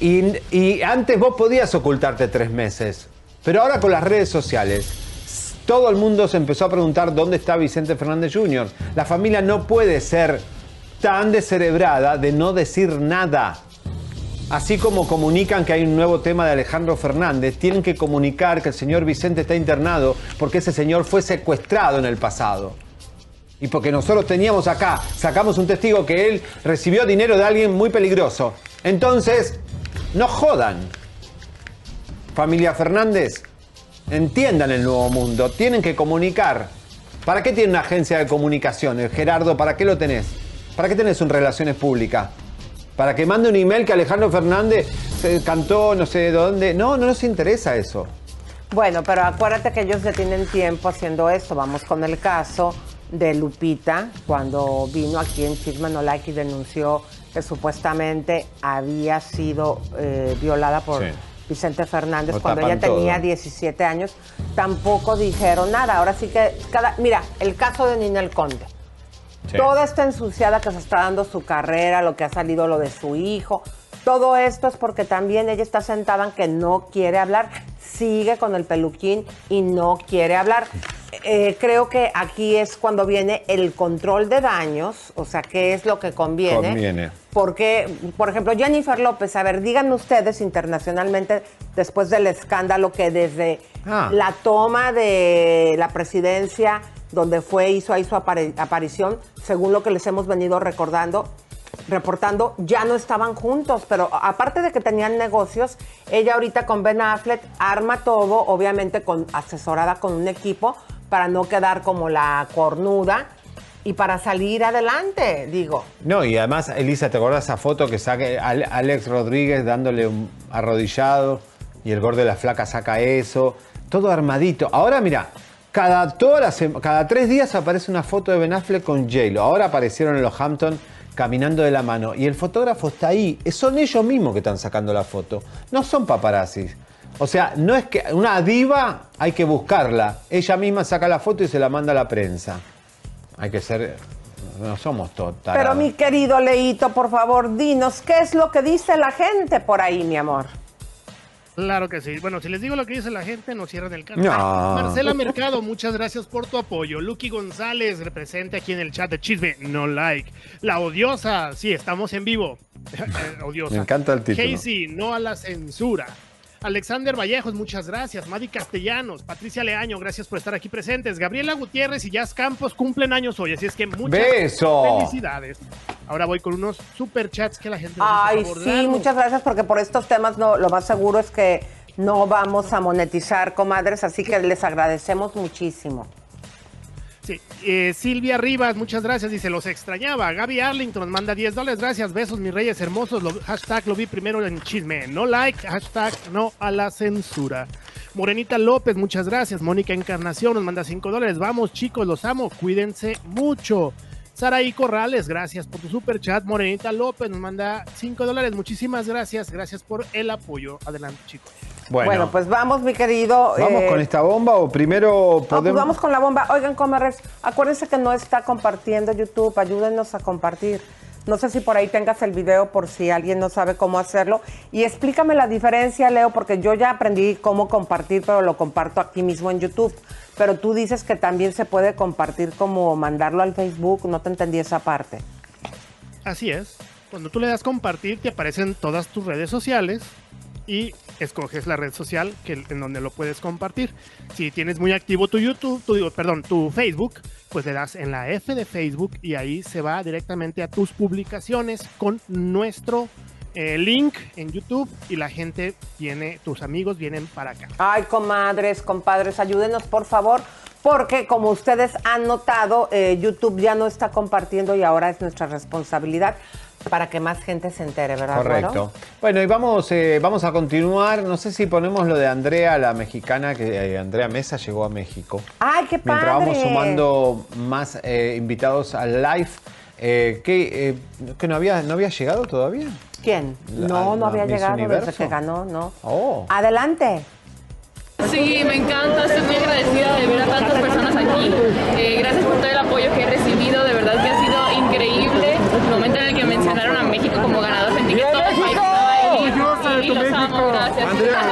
y antes vos podías ocultarte 3 meses, pero ahora con las redes sociales todo el mundo se empezó a preguntar dónde está Vicente Fernández Jr. La familia no puede ser tan descerebrada de no decir nada. Así como comunican que hay un nuevo tema de Alejandro Fernández, tienen que comunicar que el señor Vicente está internado porque ese señor fue secuestrado en el pasado. Y porque nosotros teníamos acá, sacamos un testigo que él recibió dinero de alguien muy peligroso. Entonces, no jodan. Familia Fernández, entiendan el nuevo mundo, tienen que comunicar. ¿Para qué tiene una agencia de comunicaciones? Gerardo, ¿para qué lo tenés? ¿Para qué tenés un relaciones públicas? ¿Para que mande un email que Alejandro Fernández cantó no sé dónde? No nos interesa eso. Bueno, pero acuérdate que ellos ya tienen tiempo haciendo esto. Vamos con el caso de Lupita, cuando vino aquí en Chisme No Like y denunció que supuestamente había sido violada por... Sí. Vicente Fernández, cuando ella tenía 17 años, tampoco dijeron nada. Ahora sí que, mira, el caso de Ninel Conde. Sí. Toda esta ensuciada que se está dando su carrera, lo que ha salido, lo de su hijo, todo esto es porque también ella está sentada en que no quiere hablar, sigue con el peluquín y no quiere hablar. creo que aquí es cuando viene el control de daños, o sea, qué es lo que conviene. Porque, por ejemplo, Jennifer López, a ver, díganme ustedes internacionalmente, después del escándalo que desde la toma de la presidencia, donde hizo ahí su aparición, según lo que les hemos venido reportando, ya no estaban juntos, pero aparte de que tenían negocios, ella ahorita con Ben Affleck arma todo, obviamente asesorada con un equipo, para no quedar como la cornuda y para salir adelante, digo. No, y además, Elisa, ¿te acuerdas esa foto que saca Alex Rodríguez dándole un arrodillado y el gordo de la flaca saca eso? Todo armadito. Ahora, mira, cada 3 días aparece una foto de Ben Affleck con J-Lo. Ahora aparecieron en los Hamptons caminando de la mano. Y el fotógrafo está ahí. Son ellos mismos que están sacando la foto. No son paparazzis. O sea, no es que una diva hay que buscarla. Ella misma saca la foto y se la manda a la prensa. Hay que ser... No somos totales. Pero mi querido Leito, por favor, dinos, ¿qué es lo que dice la gente por ahí, mi amor? Claro que sí. Bueno, si les digo lo que dice la gente, no cierran el canal. No. Marcela Mercado, muchas gracias por tu apoyo. Lucky González, represente aquí en el chat de Chisme, no like. La Odiosa, sí, estamos en vivo. Odiosa. Me encanta el título. Casey, no a la censura. Alexander Vallejos, muchas gracias. Madi Castellanos, Patricia Leaño, gracias por estar aquí presentes. Gabriela Gutiérrez y Jazz Campos cumplen años hoy, así es que muchas felicidades. Ahora voy con unos superchats que la gente nos Ay, hizo sí, muchas gracias, porque por estos temas lo más seguro es que no vamos a monetizar, comadres, así que les agradecemos muchísimo. Sí, Silvia Rivas, muchas gracias, dice, los extrañaba. Gaby Arlington nos manda $10, gracias, besos mis reyes hermosos, hashtag lo vi primero en Chisme, no like, hashtag no a la censura. Morenita López, muchas gracias. Mónica Encarnación nos manda $5, vamos chicos, los amo, cuídense mucho. Saraí Corrales, gracias por tu super chat. Morenita López nos manda $5, muchísimas gracias, gracias por el apoyo. Adelante chicos. Bueno, pues vamos, mi querido. ¿Vamos con esta bomba o primero podemos...? Pues vamos con la bomba. Oigan, comadres, acuérdense que no está compartiendo YouTube. Ayúdennos a compartir. No sé si por ahí tengas el video por si alguien no sabe cómo hacerlo. Y explícame la diferencia, Leo, porque yo ya aprendí cómo compartir, pero lo comparto aquí mismo en YouTube. Pero tú dices que también se puede compartir como mandarlo al Facebook. No te entendí esa parte. Así es. Cuando tú le das compartir, te aparecen todas tus redes sociales y escoges la red social en donde lo puedes compartir. Si tienes muy activo tu tu Facebook, pues le das en la F de Facebook y ahí se va directamente a tus publicaciones con nuestro link en YouTube y la gente tus amigos vienen para acá. Ay, comadres, compadres, ayúdenos por favor, porque como ustedes han notado, YouTube ya no está compartiendo y ahora es nuestra responsabilidad para que más gente se entere, ¿verdad? Correcto. Bueno, y vamos a continuar. No sé si ponemos lo de Andrea, la mexicana, que Andrea Mesa llegó a México. ¡Ay, qué padre! Mientras vamos sumando más invitados al live. ¿Que no había llegado todavía? ¿Quién? No había llegado Universo. desde que ganó, ¿no? Oh. Adelante. Sí, me encanta, estoy muy agradecida de ver a tantas personas aquí. Gracias por todo el apoyo que he recibido, de verdad que ha sido increíble. El momento en el que mencionaron a México como ganador, sentí que todo el país estaba ahí. Y los amo, gracias.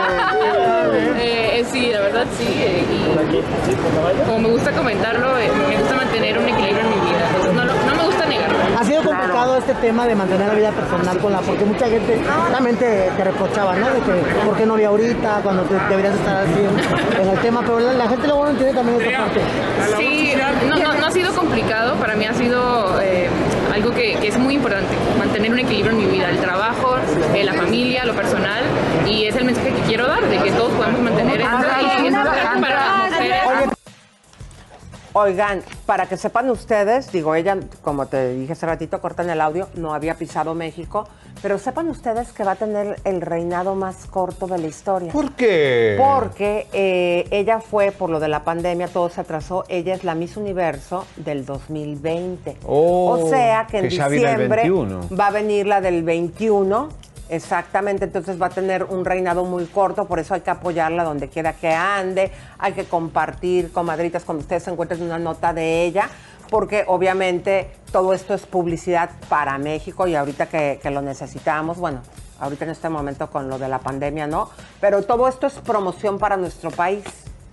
Sí, la verdad sí. Y como me gusta comentarlo, me gusta mantener un equilibrio en mi vida. Entonces no me gusta negarlo. Ha sido complicado este tema de mantener la vida personal porque mucha gente realmente te reprochaba, ¿no? De que por qué no había ahorita, cuando deberías estar así en el tema, pero la gente luego no entiende también esa parte. Sí, no ha sido complicado, para mí ha sido algo que es muy importante, mantener un equilibrio en mi vida, el trabajo, la familia, lo personal, y es el mensaje que quiero dar, de que todos podemos mantener eso, y es importante para las mujeres. Oigan, para que sepan ustedes, digo, ella, como te dije hace ratito, cortan el audio, no había pisado México, pero sepan ustedes que va a tener el reinado más corto de la historia. ¿Por qué? Porque ella fue, por lo de la pandemia, todo se atrasó, ella es la Miss Universo del 2020. O sea que en diciembre va a venir la del 21. Exactamente, entonces va a tener un reinado muy corto, por eso hay que apoyarla donde quiera que ande, hay que compartir, comadritas, cuando ustedes se encuentren una nota de ella, porque obviamente todo esto es publicidad para México y ahorita que lo necesitamos, bueno, ahorita en este momento con lo de la pandemia, ¿no? Pero todo esto es promoción para nuestro país.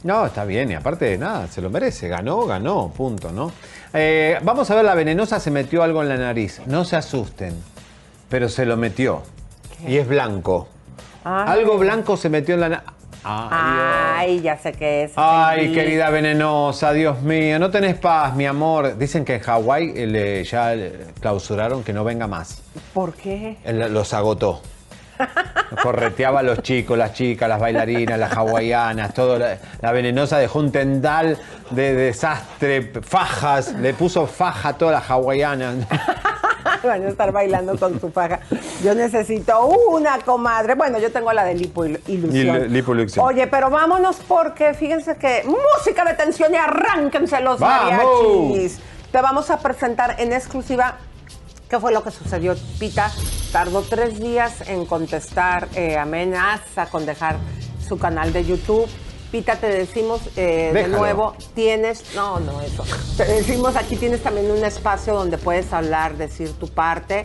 No, está bien, y aparte de nada, se lo merece, ganó, punto, ¿no? Vamos a ver, la venenosa se metió algo en la nariz, no se asusten, pero se lo metió, y es blanco. Algo blanco se metió en la nariz. Ay, ya sé qué es. Ay, querida venenosa, Dios mío, no tenés paz, mi amor. Dicen que en Hawái ya clausuraron que no venga más. ¿Por qué? Los agotó. Correteaba a los chicos, las chicas, las bailarinas, las hawaianas, todo. La venenosa dejó un tendal de desastre, fajas, le puso faja a todas las hawaianas. Van a estar bailando con su faja. Yo necesito una, comadre. Bueno, yo tengo la de lipoilusión. Oye, pero vámonos porque fíjense que música de tensión y arránquense los mariachis. Te vamos a presentar en exclusiva qué fue lo que sucedió. Pita tardó 3 días en contestar, amenaza con dejar su canal de YouTube. Pita, te decimos de nuevo, tienes... No, eso. Te decimos, aquí tienes también un espacio donde puedes hablar, decir tu parte.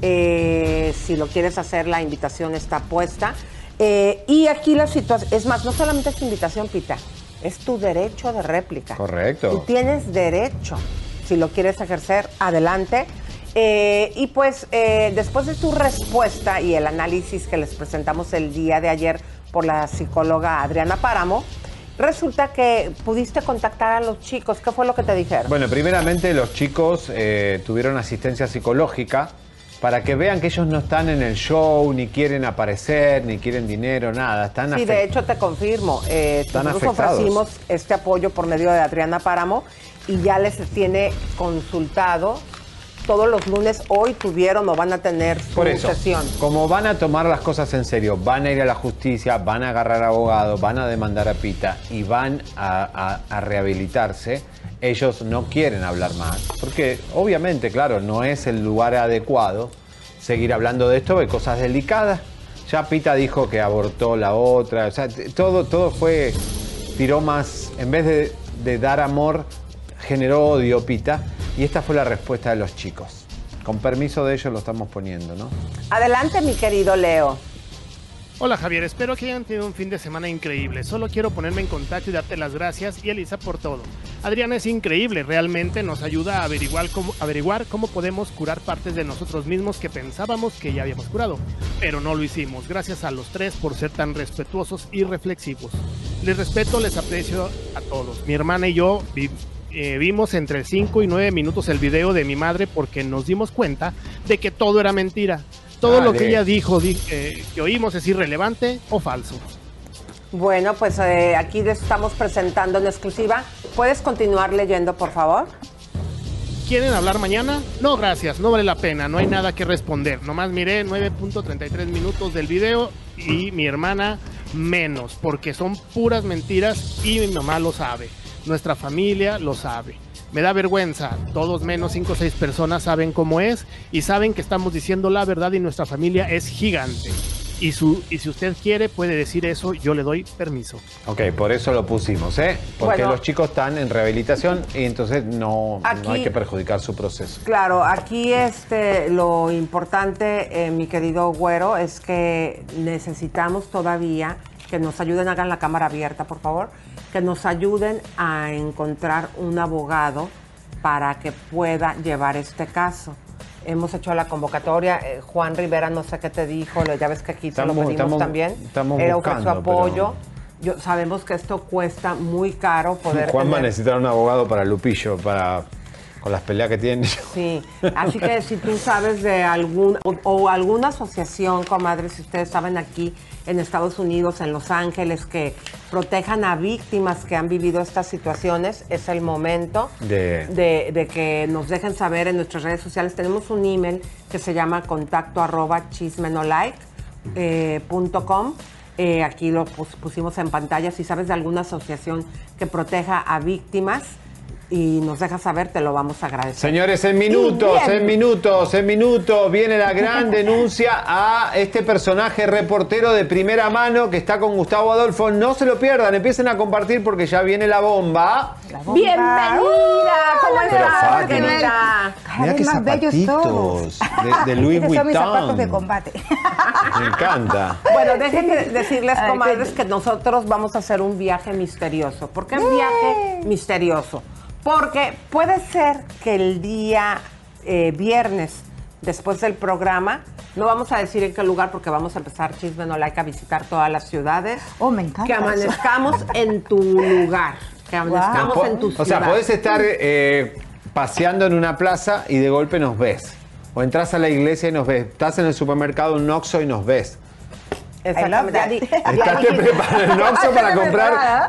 Si lo quieres hacer, la invitación está puesta. Y aquí la situación... Es más, no solamente es tu invitación, Pita, es tu derecho de réplica. Correcto. Tú tienes derecho. Si lo quieres ejercer, adelante. Y pues, después de tu respuesta y el análisis que les presentamos el día de ayer por la psicóloga Adriana Páramo, resulta que pudiste contactar a los chicos. ¿Qué fue lo que te dijeron? Bueno, primeramente los chicos tuvieron asistencia psicológica para que vean que ellos no están en el show, ni quieren aparecer, ni quieren dinero, nada. Sí, de hecho te confirmo, nosotros ofrecimos este apoyo por medio de Adriana Páramo y ya les tiene consultado. Todos los lunes hoy tuvieron o van a tener su sesión. Como van a tomar las cosas en serio, van a ir a la justicia, van a agarrar abogados, van a demandar a Pita y van a rehabilitarse, ellos no quieren hablar más. Porque obviamente, claro, no es el lugar adecuado seguir hablando de esto, de cosas delicadas. Ya Pita dijo que abortó la otra, o sea, todo fue, tiró más, en vez de dar amor, generó odio Pita. Y esta fue la respuesta de los chicos. Con permiso de ellos lo estamos poniendo, ¿no? Adelante, mi querido Leo. Hola, Javier. Espero que hayan tenido un fin de semana increíble. Solo quiero ponerme en contacto y darte las gracias y Elisa por todo. Adriana es increíble. Realmente nos ayuda a averiguar cómo podemos curar partes de nosotros mismos que pensábamos que ya habíamos curado. Pero no lo hicimos. Gracias a los 3 por ser tan respetuosos y reflexivos. Les respeto, les aprecio a todos. Mi hermana y yo vimos entre 5 y 9 minutos el video de mi madre porque nos dimos cuenta de que todo era mentira. Todo lo que ella dijo que oímos es irrelevante o falso. Bueno, pues aquí estamos presentando en exclusiva. ¿Puedes continuar leyendo, por favor? ¿Quieren hablar mañana? No, gracias, no vale la pena, no hay nada que responder. Nomás miré 9.33 minutos del video y mi hermana menos, porque son puras mentiras y mi mamá lo sabe. Nuestra familia lo sabe. Me da vergüenza. Todos menos 5 o 6 personas saben cómo es y saben que estamos diciendo la verdad y nuestra familia es gigante. Y si usted quiere, puede decir eso, yo le doy permiso. Ok, por eso lo pusimos, ¿eh? Porque los chicos están en rehabilitación y entonces no hay que perjudicar su proceso. Claro, aquí lo importante, mi querido Güero, es que necesitamos todavía que nos ayuden, hagan la cámara abierta, por favor, que nos ayuden a encontrar un abogado para que pueda llevar este caso. Hemos hecho la convocatoria, Juan Rivera no sé qué te dijo, ya ves que aquí te lo pedimos también. Era ofreció apoyo. Sabemos que esto cuesta muy caro poder Juan va a necesitar un abogado para Lupillo, con las peleas que tiene. Sí, así que si tú sabes de alguna asociación, comadres, si ustedes saben aquí en Estados Unidos, en Los Ángeles, que protejan a víctimas que han vivido estas situaciones, es el momento de que nos dejen saber en nuestras redes sociales. Tenemos un email que se llama contacto@chismenolike.com. Aquí lo pusimos en pantalla. Si sabes de alguna asociación que proteja a víctimas y nos dejas saber, te lo vamos a agradecer. Señores, en minutos viene la gran denuncia a este personaje reportero de primera mano que está con Gustavo Adolfo. No se lo pierdan, empiecen a compartir porque ya viene la bomba. ¡Bienvenida! ¿Cómo estás, querida? Mira qué zapatitos de Louis Vuitton. Son mis zapatos de combate. Me encanta. Bueno, déjenme decirles, comadres, que nosotros vamos a hacer un viaje misterioso. ¿Por qué un viaje misterioso? Porque puede ser que el día viernes, después del programa, no vamos a decir en qué lugar porque vamos a empezar Chisme No Like a visitar todas las ciudades. Oh, me encanta. Que amanezcamos en tu lugar. Que amanezcamos en tu ciudad. O sea, podés estar paseando en una plaza y de golpe nos ves. O entras a la iglesia y nos ves. Estás en el supermercado, un Oxxo y nos ves. Exactamente. Estás preparado en Oxxo para comprar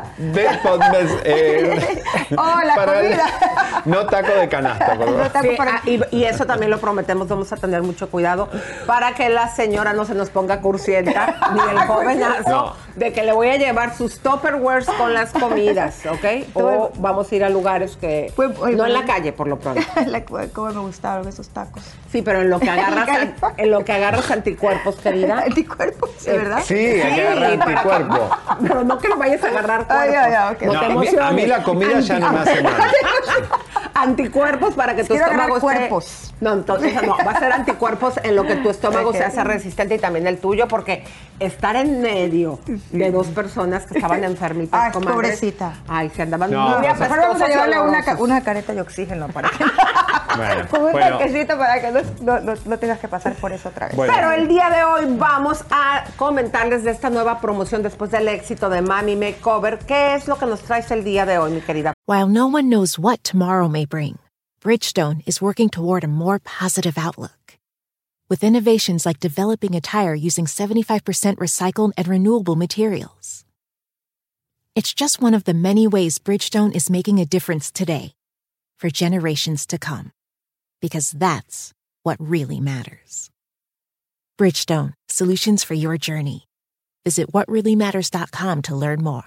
no taco de canasta, por favor. Sí, y eso también lo prometemos, vamos a tener mucho cuidado para que la señora no se nos ponga cursienta, ni el jovenazo, de que le voy a llevar sus Tupperwares con las comidas, ¿ok? O vamos a ir a lugares que no en la calle, por lo pronto. Cómo me gustaron esos tacos. Sí, pero en lo que agarras anticuerpos, querida. Anticuerpos, ¿verdad? Sí, hay que agarrar anticuerpo. Pero no que lo vayas a agarrar cuerpos. Okay. No te emociones. A mí la comida ya no me hace mal. Anticuerpos para que tu estómago cuerpos. No, entonces no, va a ser anticuerpos en lo que tu estómago se hace resistente y también el tuyo, porque estar en medio de dos personas que estaban enfermitas. Ay, pobrecita. Ay, se andaban muy apestosas. Mejor vamos a llevarle una careta de oxígeno para que... Con un tanquecito para que no tengas que pasar por eso otra vez. Bueno. Pero el día de hoy vamos a comentarles de esta nueva promoción después del éxito de Mami Makeover. ¿Qué es lo que nos traes el día de hoy, mi querida? While no one knows what tomorrow may bring, Bridgestone is working toward a more positive outlook. With innovations like developing a tire using 75% recycled and renewable materials. It's just one of the many ways Bridgestone is making a difference today, for generations to come. Because that's what really matters. Bridgestone, solutions for your journey. Visit whatreallymatters.com to learn more.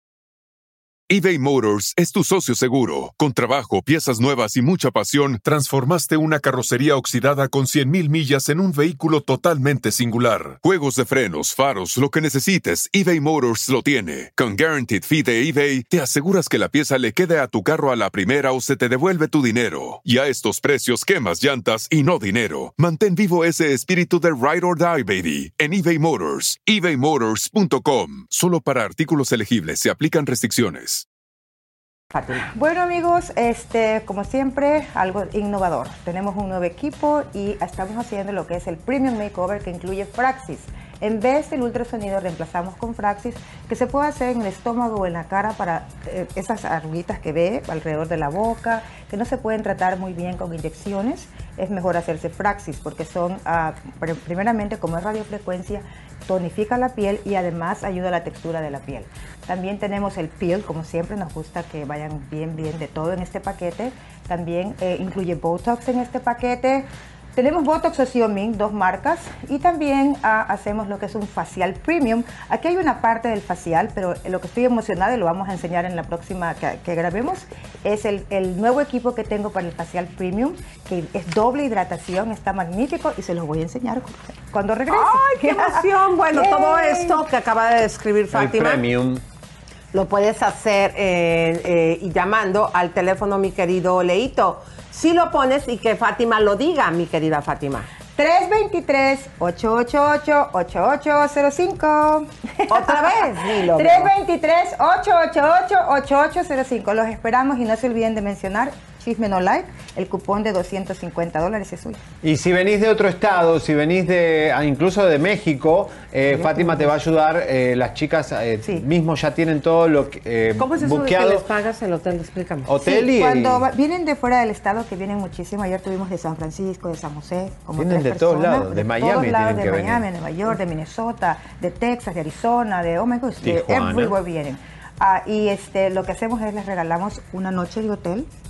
eBay Motors es tu socio seguro. Con trabajo, piezas nuevas y mucha pasión, transformaste una carrocería oxidada con 100,000 millas en un vehículo totalmente singular. Juegos de frenos, faros, lo que necesites, eBay Motors lo tiene. Con Guaranteed Fee de eBay, te aseguras que la pieza le quede a tu carro a la primera o se te devuelve tu dinero. Y a estos precios, quemas llantas y no dinero. Mantén vivo ese espíritu de Ride or Die, baby, en eBay Motors. ebaymotors.com. Solo para artículos elegibles se aplican restricciones. Fátima. Bueno, amigos, como siempre, algo innovador. Tenemos un nuevo equipo y estamos haciendo lo que es el Premium Makeover, que incluye Fraxis. En vez del ultrasonido, reemplazamos con Fraxis, que se puede hacer en el estómago o en la cara para esas arruguitas que ve alrededor de la boca, que no se pueden tratar muy bien con inyecciones. Es mejor hacerse Fraxis porque son, primeramente, como es radiofrecuencia, tonifica la piel y además ayuda a la textura de la piel. También tenemos el Peel, como siempre nos gusta que vayan bien de todo en este paquete. También incluye Botox en este paquete. Tenemos Botox o Xeomin, 2 marcas, y también hacemos lo que es un facial premium. Aquí hay una parte del facial, pero lo que estoy emocionada y lo vamos a enseñar en la próxima que grabemos, es el nuevo equipo que tengo para el facial premium, que es doble hidratación, está magnífico y se los voy a enseñar cuando regrese. ¡Ay, qué emoción! Bueno, todo esto que acaba de describir Fátima, el premium, lo puedes hacer y llamando al teléfono, mi querido Leito. Si lo pones y que Fátima lo diga, mi querida Fátima. 323-888-8805. Otra vez, dilo. 323-888-8805. Los esperamos y no se olviden de mencionar Chisme No Like, el cupón de $250 es suyo. Y si venís de otro estado, si venís incluso de México, Fátima te va a ayudar. Las chicas mismo ya tienen todo lo que ¿Cómo es eso buqueado. de que les pagas el hotel? Explícame. Hotel y cuando vienen de fuera del estado, que vienen muchísimo. Ayer tuvimos de San Francisco, de San José, como vienen 3 de todos personas, lados, de Miami todos lados, tienen que de Miami, venir. de Nueva York, de Minnesota, de Texas, de Arizona, de oh my gosh, de Tijuana. everywhere vienen. Y lo que hacemos es les regalamos una noche de hotel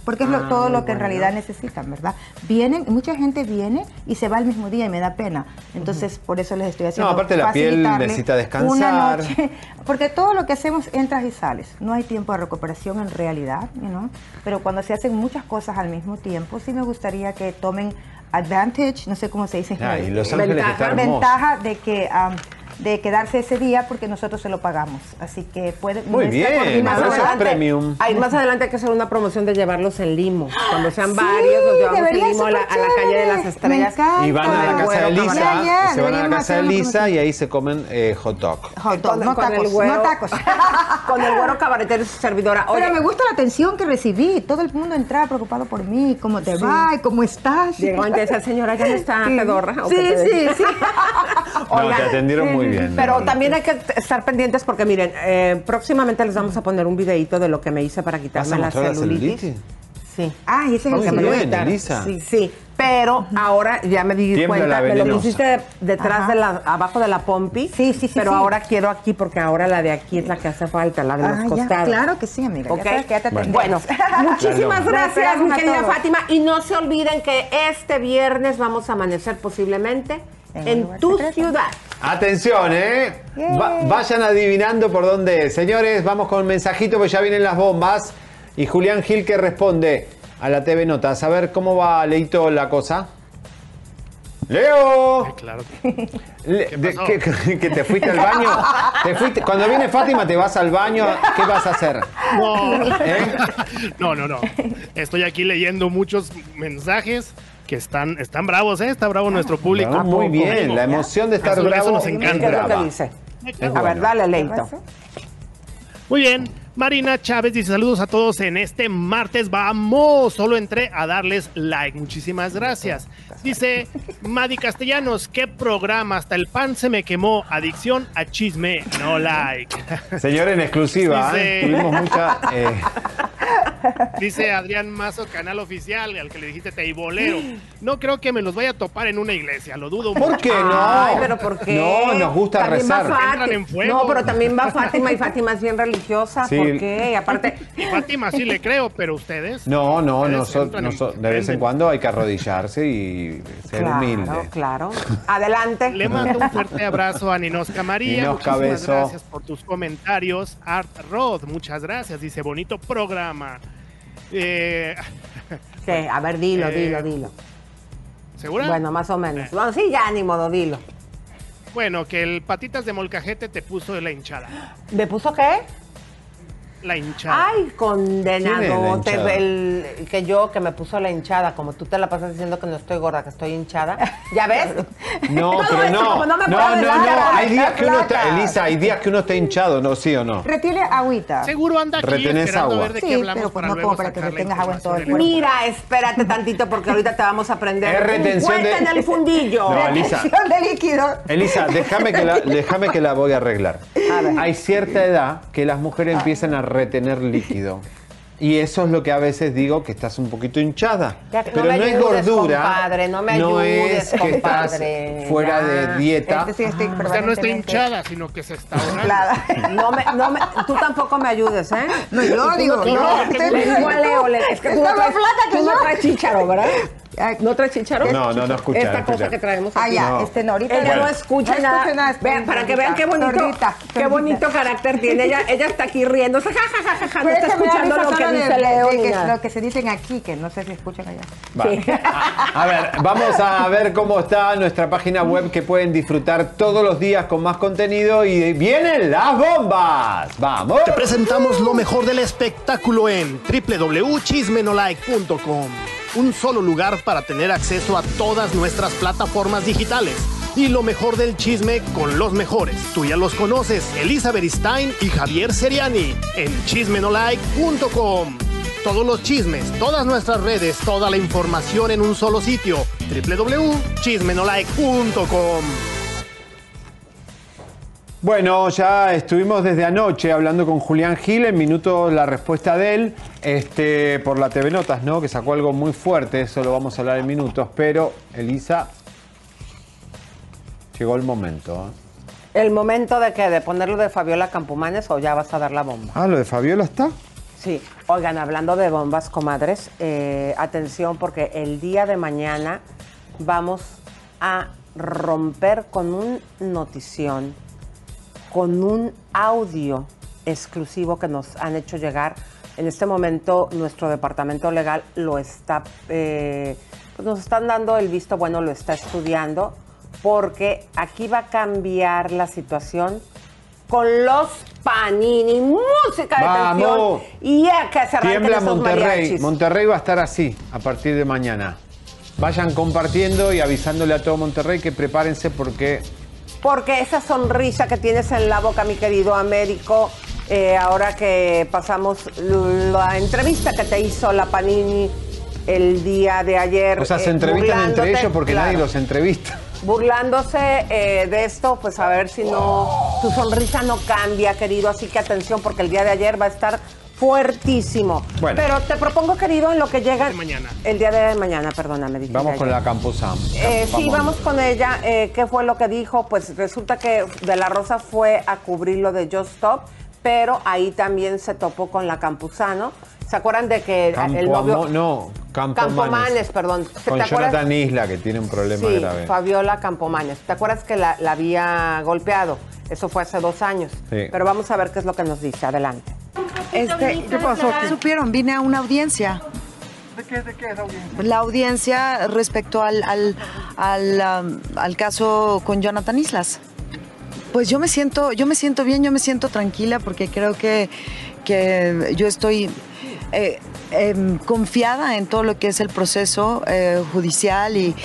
porque es todo lo que en realidad necesitan, ¿verdad? Mucha gente viene y se va el mismo día y me da pena. Entonces, por eso les estoy haciendo. No, aparte la piel necesita descansar. Una noche, porque todo lo que hacemos entras y sales. No hay tiempo de recuperación en realidad, ¿no? Pero cuando se hacen muchas cosas al mismo tiempo, sí me gustaría que tomen advantage, no sé cómo se dice. Y Los Ángeles está hermoso. Ventaja de quedarse ese día porque nosotros se lo pagamos. Así que pueden... Muy bien, eso es premium. Más adelante hay que hacer una promoción de llevarlos en limo. Cuando sean varios, los llevamos en limo a la calle de las Estrellas. Y van a la casa de Elisa, se van a la casa de Elisa y ahí se comen hot dog. Hot dog, no tacos. Con el güero cabaretero y su servidora. Pero me gusta la atención que recibí. Todo el mundo entraba preocupado por mí. ¿Cómo te va? ¿Cómo estás? Llegó antes, esa señora ya no está pedorra. Sí. No, te atendieron muy bien. Pero también hay que estar pendientes porque miren, próximamente les vamos a poner un videito de lo que me hice para quitarme la celulitis. Sí. Ese es el que me voy a quitar. Sí. Pero ahora ya me di cuenta, me lo pusiste detrás abajo de la pompi. Sí. Pero ahora quiero aquí porque ahora la de aquí es la que hace falta, la de los costados. Claro que sí, amiga. Okay. Bueno, muchísimas gracias, mi querida Fátima. Y no se olviden que este viernes vamos a amanecer posiblemente en tu ciudad. Atención, vayan adivinando por dónde es. Señores, vamos con un mensajito, porque ya vienen las bombas. Y Julián Gil que responde a la TV Notas. A ver cómo va, Leito, la cosa. ¡Leo! Claro. ¿Que te fuiste al baño? Cuando viene Fátima, ¿te vas al baño? ¿Qué vas a hacer? No. No. Estoy aquí leyendo muchos mensajes que están bravos, Está bravo nuestro público. Muy bien, la emoción de estar bravo. Eso nos encanta. ¿Qué es lo que dice? A ver, dale, Leito. Muy bien. Marina Chávez dice saludos a todos en este martes. Vamos, solo entré a darles like. Muchísimas gracias. Dice Madi Castellanos, ¿qué programa? Hasta el pan se me quemó. Adicción a chisme, no like. Señor, en exclusiva, tuvimos mucha... Dice Adrián Mazo, canal oficial, al que le dijiste teibolero. No creo que me los vaya a topar en una iglesia, lo dudo mucho. ¿Por qué no? Ay, pero ¿por qué? No, nos gusta también rezar. Entran en fuego. No, pero también va Fátima y Fátima es bien religiosa. Sí. ¿Por qué? Y aparte... Fátima sí le creo, pero ustedes... No, de vez en cuando hay que arrodillarse y ser humilde. Claro. Adelante. Le mando un fuerte abrazo a Ninosca María. Ninosca, muchísimas beso. Gracias por tus comentarios. Art Rod, muchas gracias. Dice, bonito programa. Sí, a ver, dilo. ¿Segura? Bueno, más o menos. Bueno, sí, ya, ni modo, dilo. Bueno, que el patitas de molcajete te puso la hinchada. ¿Me puso qué? La hinchada. Ay, condenado. ¿Quién Que me puso la hinchada. Como tú te la pasas diciendo que no estoy gorda, que estoy hinchada. ¿Ya ves? No, pero no. Hay días que uno está, Elisa, hay días que uno está hinchado, ¿no? ¿Sí o no? Retire agüita. Seguro anda aquí Retenés esperando agua. a ver de qué hablamos pero para no luego como para que sacar la retengas agua en todo el información. cuerpo. Mira, espérate tantito porque ahorita te vamos a aprender. Es retención de... en el fundillo. No, Elisa. De líquido. Elisa, déjame que la voy a arreglar. A ver. Hay cierta edad que las mujeres empiezan a retener líquido. Y eso es lo que a veces digo, que estás un poquito hinchada. Pero no es gordura. Compadre, no me no ayudes, es que compadre. estás fuera de dieta. O sea, no está hinchada, sino que se está ahogando. Tú tampoco me ayudes, ¿eh? No, yo digo, es que tú no traes chícharo, ¿verdad? ¿No traes chícharo? No escucha. Esta cosa que traemos aquí. Ahorita ella no escucha nada. Vean, para que vean qué bonito carácter tiene. Ella está aquí riéndose. No está escuchando lo que dice Leo. Lo que se dicen aquí, que no sé si escuchan allá. Sí. A ver, vamos a ver cómo está nuestra página web, que pueden disfrutar todos los días con más contenido. Y vienen las bombas. ¡Vamos! Te presentamos lo mejor del espectáculo en www.chismenolike.com. Un solo lugar para tener acceso a todas nuestras plataformas digitales. Y lo mejor del chisme con los mejores. Tú ya los conoces, Elisa Beristain y Javier Seriani, en chismenolike.com. Todos los chismes, todas nuestras redes, toda la información en un solo sitio, www.chismenolike.com. Bueno, ya estuvimos desde anoche hablando con Julián Gil, en minutos la respuesta de él, por la TV Notas, ¿no? Que sacó algo muy fuerte, eso lo vamos a hablar en minutos, pero Elisa, llegó el momento. ¿El momento de qué? ¿De ponerlo de Fabiola Campomanes o ya vas a dar la bomba? ¿Lo de Fabiola está? Sí, oigan, hablando de bombas, comadres, atención porque el día de mañana vamos a romper con un notición, con un audio exclusivo que nos han hecho llegar. En este momento nuestro departamento legal lo está, pues nos están dando el visto bueno, lo está estudiando, porque aquí va a cambiar la situación con los Panini, música de tensión, y ya que se arranquen tiembla esos Monterrey. mariachis. Monterrey va a estar así a partir de mañana. Vayan compartiendo y avisándole a todo Monterrey que prepárense porque esa sonrisa que tienes en la boca, mi querido Américo, ahora que pasamos la entrevista que te hizo la Panini el día de ayer. O sea, se entrevistan entre ellos porque claro, nadie los entrevista. Burlándose de esto, pues a ver si no, tu sonrisa no cambia, querido. Así que atención, porque el día de ayer va a estar fuertísimo. Bueno. Pero te propongo, querido, en lo que llega mañana. El día de mañana, perdóname. Vamos con la Camposam. Sí, vamos con ella. ¿Qué fue lo que dijo? Pues resulta que De la Rosa fue a cubrir lo de Just Stop, pero ahí también se topó con la Campuzano. ¿Se acuerdan de que el novio... Campomanes, perdón. Con Jonathan Isla, que tiene un problema grave. Fabiola Campomanes. ¿Te acuerdas que la había golpeado? Eso fue hace 2 años. Sí. Pero vamos a ver qué es lo que nos dice. Adelante. ¿Qué pasó? ¿Qué supieron? Vine a una audiencia. ¿De qué es la audiencia? La audiencia respecto al caso con Jonathan Islas. Pues yo me siento bien, yo me siento tranquila porque creo que yo estoy confiada en todo lo que es el proceso judicial y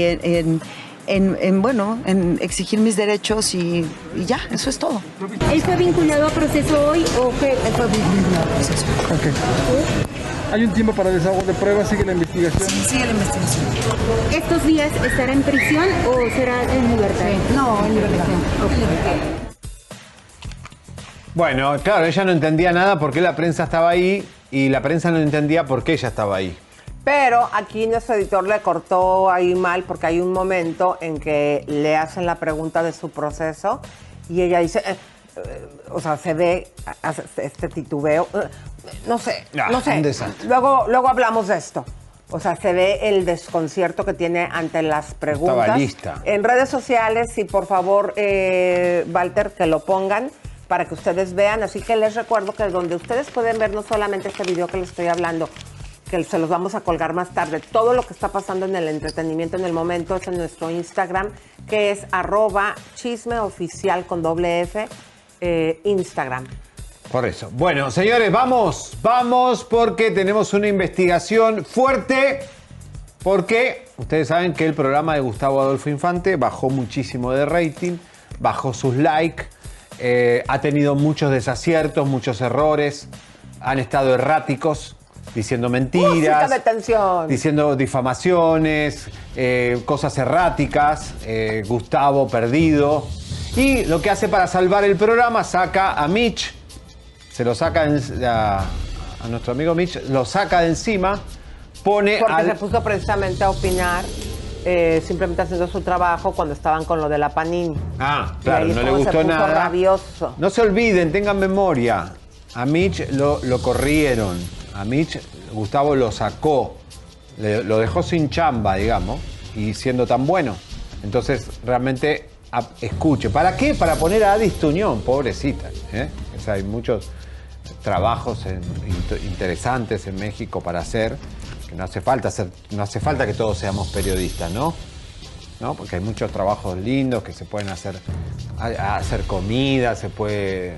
en exigir mis derechos y ya, eso es todo. ¿Él fue vinculado a proceso hoy o qué? Él fue vinculado a proceso. Okay. ¿Hay un tiempo para desahogo de pruebas? ¿Sigue la investigación? Sí, sigue la investigación. ¿Estos días estará en prisión o será en libertad? No, en libertad. Bueno, claro, ella no entendía nada porque la prensa estaba ahí y la prensa no entendía por qué ella estaba ahí. Pero aquí nuestro editor le cortó ahí mal porque hay un momento en que le hacen la pregunta de su proceso y ella dice, o sea, se ve este titubeo, no sé. Un desastre. Luego hablamos de esto. O sea, se ve el desconcierto que tiene ante las preguntas. Estaba lista. En redes sociales, y por favor, Walter, que lo pongan para que ustedes vean. Así que les recuerdo que donde ustedes pueden ver no solamente este video que les estoy hablando, que se los vamos a colgar más tarde, todo lo que está pasando en el entretenimiento en el momento es en nuestro Instagram, que es @chismeoficial con doble F, Instagram. Por eso. Bueno, señores, vamos porque tenemos una investigación fuerte. Porque ustedes saben que el programa de Gustavo Adolfo Infante bajó muchísimo de rating, bajó sus likes, ha tenido muchos desaciertos, muchos errores, han estado erráticos, diciendo mentiras, música de tensión, diciendo difamaciones, cosas erráticas, Gustavo perdido. Y lo que hace para salvar el programa, saca a Mitch, se lo saca a nuestro amigo Mitch, lo saca de encima, pone porque se puso precisamente a opinar, simplemente haciendo su trabajo cuando estaban con lo de la Panini. Ah, claro, no le gustó se puso nada. Rabioso. No se olviden, tengan memoria. A Mitch lo corrieron. A Mitch, Gustavo lo sacó. Lo dejó sin chamba, digamos, y siendo tan bueno. Entonces, realmente, escuche. ¿Para qué? Para poner a Adis Tuñón, pobrecita. O sea, hay muchos trabajos interesantes en México para hacer, que no hace falta que todos seamos periodistas, ¿no? Porque hay muchos trabajos lindos que se pueden hacer comida, se puede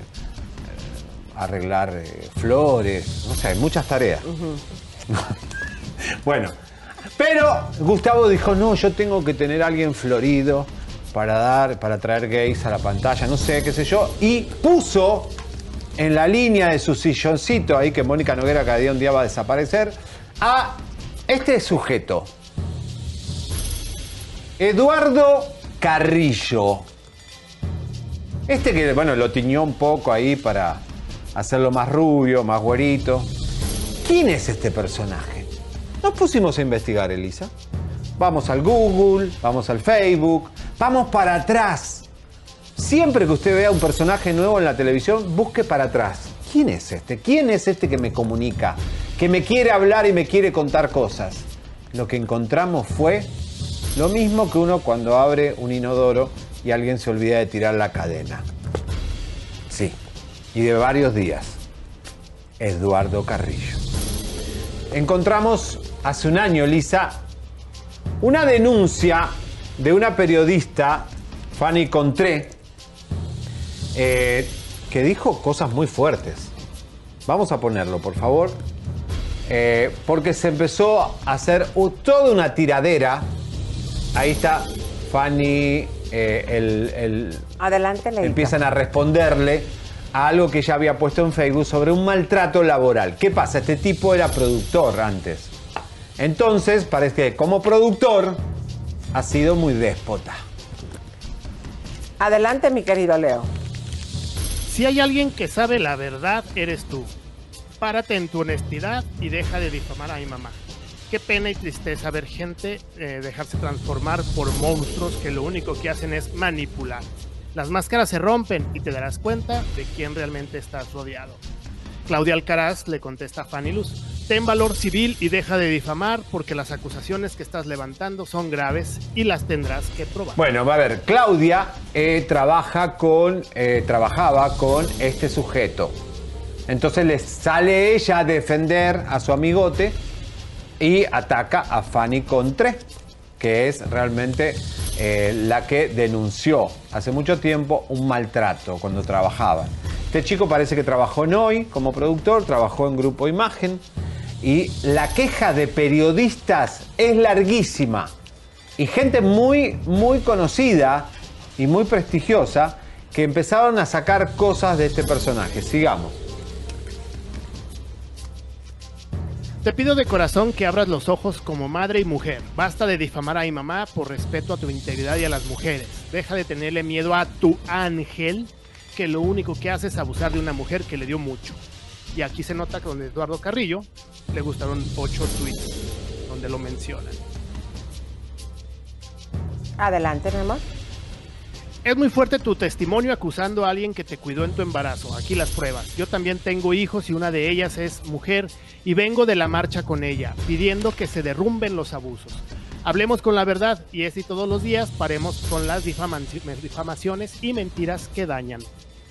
arreglar flores, no sé, hay muchas tareas. Bueno, pero Gustavo dijo, no, yo tengo que tener a alguien florido para traer gays a la pantalla, no sé, qué sé yo, y puso en la línea de su silloncito ahí, que Mónica Noguera cada día un día va a desaparecer, a este sujeto, Eduardo Carrillo. Este que, bueno, lo tiñó un poco ahí para hacerlo más rubio, más güerito. ¿Quién es este personaje? Nos pusimos a investigar, Elisa. Vamos al Google, vamos al Facebook, vamos para atrás. Siempre que usted vea un personaje nuevo en la televisión, busque para atrás. ¿quién es este? ¿Quién es este que me comunica? Que me quiere hablar y me quiere contar cosas. Lo que encontramos fue lo mismo que uno cuando abre un inodoro y alguien se olvida de tirar la cadena. Sí, y de varios días. Eduardo Carrillo. Encontramos hace un año, Lisa, una denuncia de una periodista, Fanny Contré, que dijo cosas muy fuertes. Vamos a ponerlo, por favor. Porque se empezó a hacer toda una tiradera. Ahí está Fanny, Adelante, Leita. empiezan a responderle a algo que ella había puesto en Facebook sobre un maltrato laboral. ¿Qué pasa? Este tipo era productor antes. Entonces, parece que como productor ha sido muy déspota. Adelante, mi querido Leo. Si hay alguien que sabe la verdad, eres tú. Párate en tu honestidad y deja de difamar a mi mamá. Qué pena y tristeza ver gente dejarse transformar por monstruos que lo único que hacen es manipular. Las máscaras se rompen y te darás cuenta de quién realmente estás rodeado. Claudia Alcaraz le contesta a Fanny Luz: ten valor civil y deja de difamar porque las acusaciones que estás levantando son graves y las tendrás que probar. Bueno, va a ver, Claudia trabajaba con este sujeto. Entonces le sale ella a defender a su amigote y ataca a Fanny Contré, que es realmente la que denunció hace mucho tiempo un maltrato cuando trabajaban. Este chico parece que trabajó en Hoy como productor, trabajó en Grupo Imagen, y la queja de periodistas es larguísima. Y gente muy, muy conocida y muy prestigiosa que empezaron a sacar cosas de este personaje. Sigamos. Te pido de corazón que abras los ojos como madre y mujer. Basta de difamar a mi mamá por respeto a tu integridad y a las mujeres. Deja de tenerle miedo a tu ángel, que lo único que hace es abusar de una mujer que le dio mucho. Y aquí se nota que con Eduardo Carrillo le gustaron 8 tweets donde lo mencionan. Adelante, mi amor. Es muy fuerte tu testimonio acusando a alguien que te cuidó en tu embarazo. Aquí las pruebas. Yo también tengo hijos y una de ellas es mujer y vengo de la marcha con ella, pidiendo que se derrumben los abusos. Hablemos con la verdad y así todos los días paremos con las difamaciones y mentiras que dañan.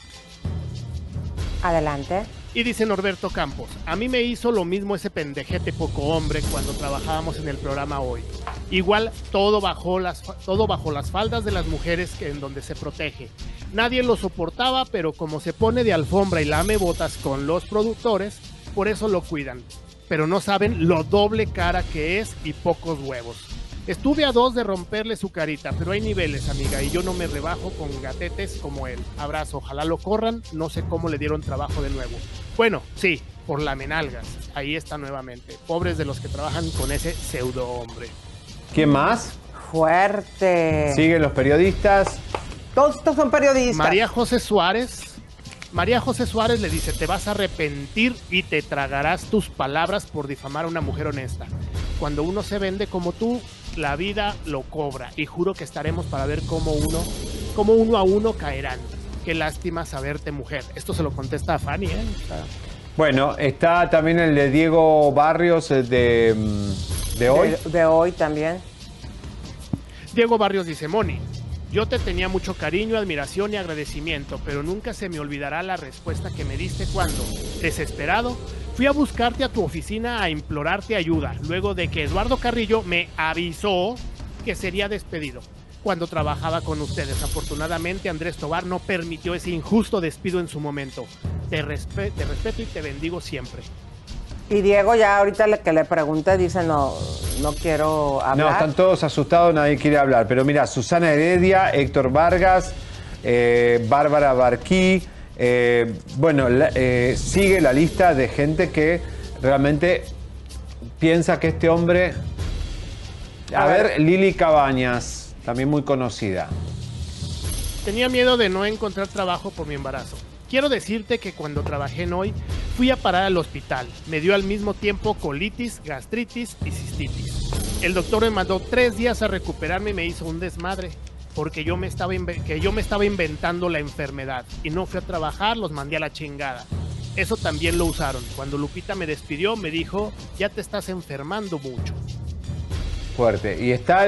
Adelante. Y dice Norberto Campos: a mí me hizo lo mismo ese pendejete poco hombre cuando trabajábamos en el programa Hoy. Igual todo bajo las faldas de las mujeres en donde se protege. Nadie lo soportaba, pero como se pone de alfombra y lame botas con los productores, por eso lo cuidan. Pero no saben lo doble cara que es y pocos huevos. Estuve a 2 de romperle su carita, pero hay niveles, amiga, y yo no me rebajo con gatetes como él. Abrazo, ojalá lo corran, no sé cómo le dieron trabajo de nuevo. Bueno, sí, por lamenalgas, ahí está nuevamente. Pobres de los que trabajan con ese pseudo hombre. ¿Quién más? Fuerte. Siguen los periodistas. Todos estos son periodistas. María José Suárez le dice: te vas a arrepentir y te tragarás tus palabras por difamar a una mujer honesta. Cuando uno se vende como tú, la vida lo cobra, y juro que estaremos para ver cómo uno a uno caerán. Qué lástima saberte mujer. Esto se lo contesta a Fanny, ¿eh? Bueno, está también el de Diego Barrios, de Hoy. De Hoy también. Diego Barrios dice: Moni, yo te tenía mucho cariño, admiración y agradecimiento, pero nunca se me olvidará la respuesta que me diste cuando, desesperado, fui a buscarte a tu oficina a implorarte ayuda, luego de que Eduardo Carrillo me avisó que sería despedido cuando trabajaba con ustedes. Afortunadamente, Andrés Tobar no permitió ese injusto despido en su momento. Te respeto y te bendigo siempre. Y Diego ya ahorita que le pregunté dice no quiero hablar. No, están todos asustados, nadie quiere hablar. Pero mira, Susana Heredia, Héctor Vargas, Bárbara Barquí, sigue la lista de gente que realmente piensa que este hombre... A ver, Lili Cabañas, también muy conocida. Tenía miedo de no encontrar trabajo por mi embarazo. Quiero decirte que cuando trabajé en Hoy, fui a parar al hospital. Me dio al mismo tiempo colitis, gastritis y cistitis. El doctor me mandó 3 días a recuperarme y me hizo un desmadre, porque yo me estaba inventando la enfermedad. Y no fui a trabajar, los mandé a la chingada. Eso también lo usaron. Cuando Lupita me despidió, me dijo, ya te estás enfermando mucho. Fuerte. Y está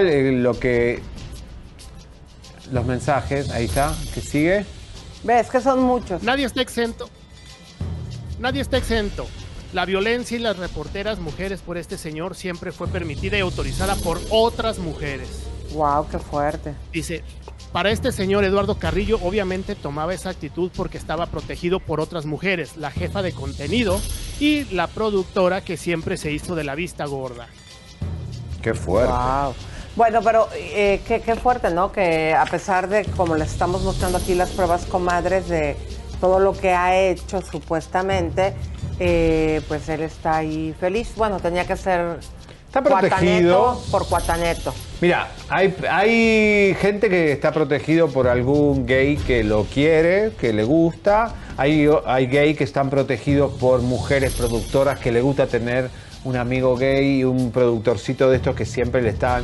los mensajes, ahí está, que sigue. Ves que son muchos. Nadie está exento. Nadie está exento. La violencia y las reporteras mujeres por este señor siempre fue permitida y autorizada por otras mujeres. Wow, qué fuerte. Dice, para este señor Eduardo Carrillo obviamente tomaba esa actitud porque estaba protegido por otras mujeres, la jefa de contenido y la productora que siempre se hizo de la vista gorda. Qué fuerte. Wow. Bueno, pero qué fuerte, ¿no? Que a pesar de, como les estamos mostrando aquí las pruebas, comadres, de todo lo que ha hecho supuestamente, pues él está ahí feliz. Bueno, tenía que ser... Está protegido por cuataneto. Mira, hay gente que está protegido por algún gay que lo quiere, que le gusta. Hay gay que están protegidos por mujeres productoras que le gusta tener un amigo gay y un productorcito de estos que siempre le están,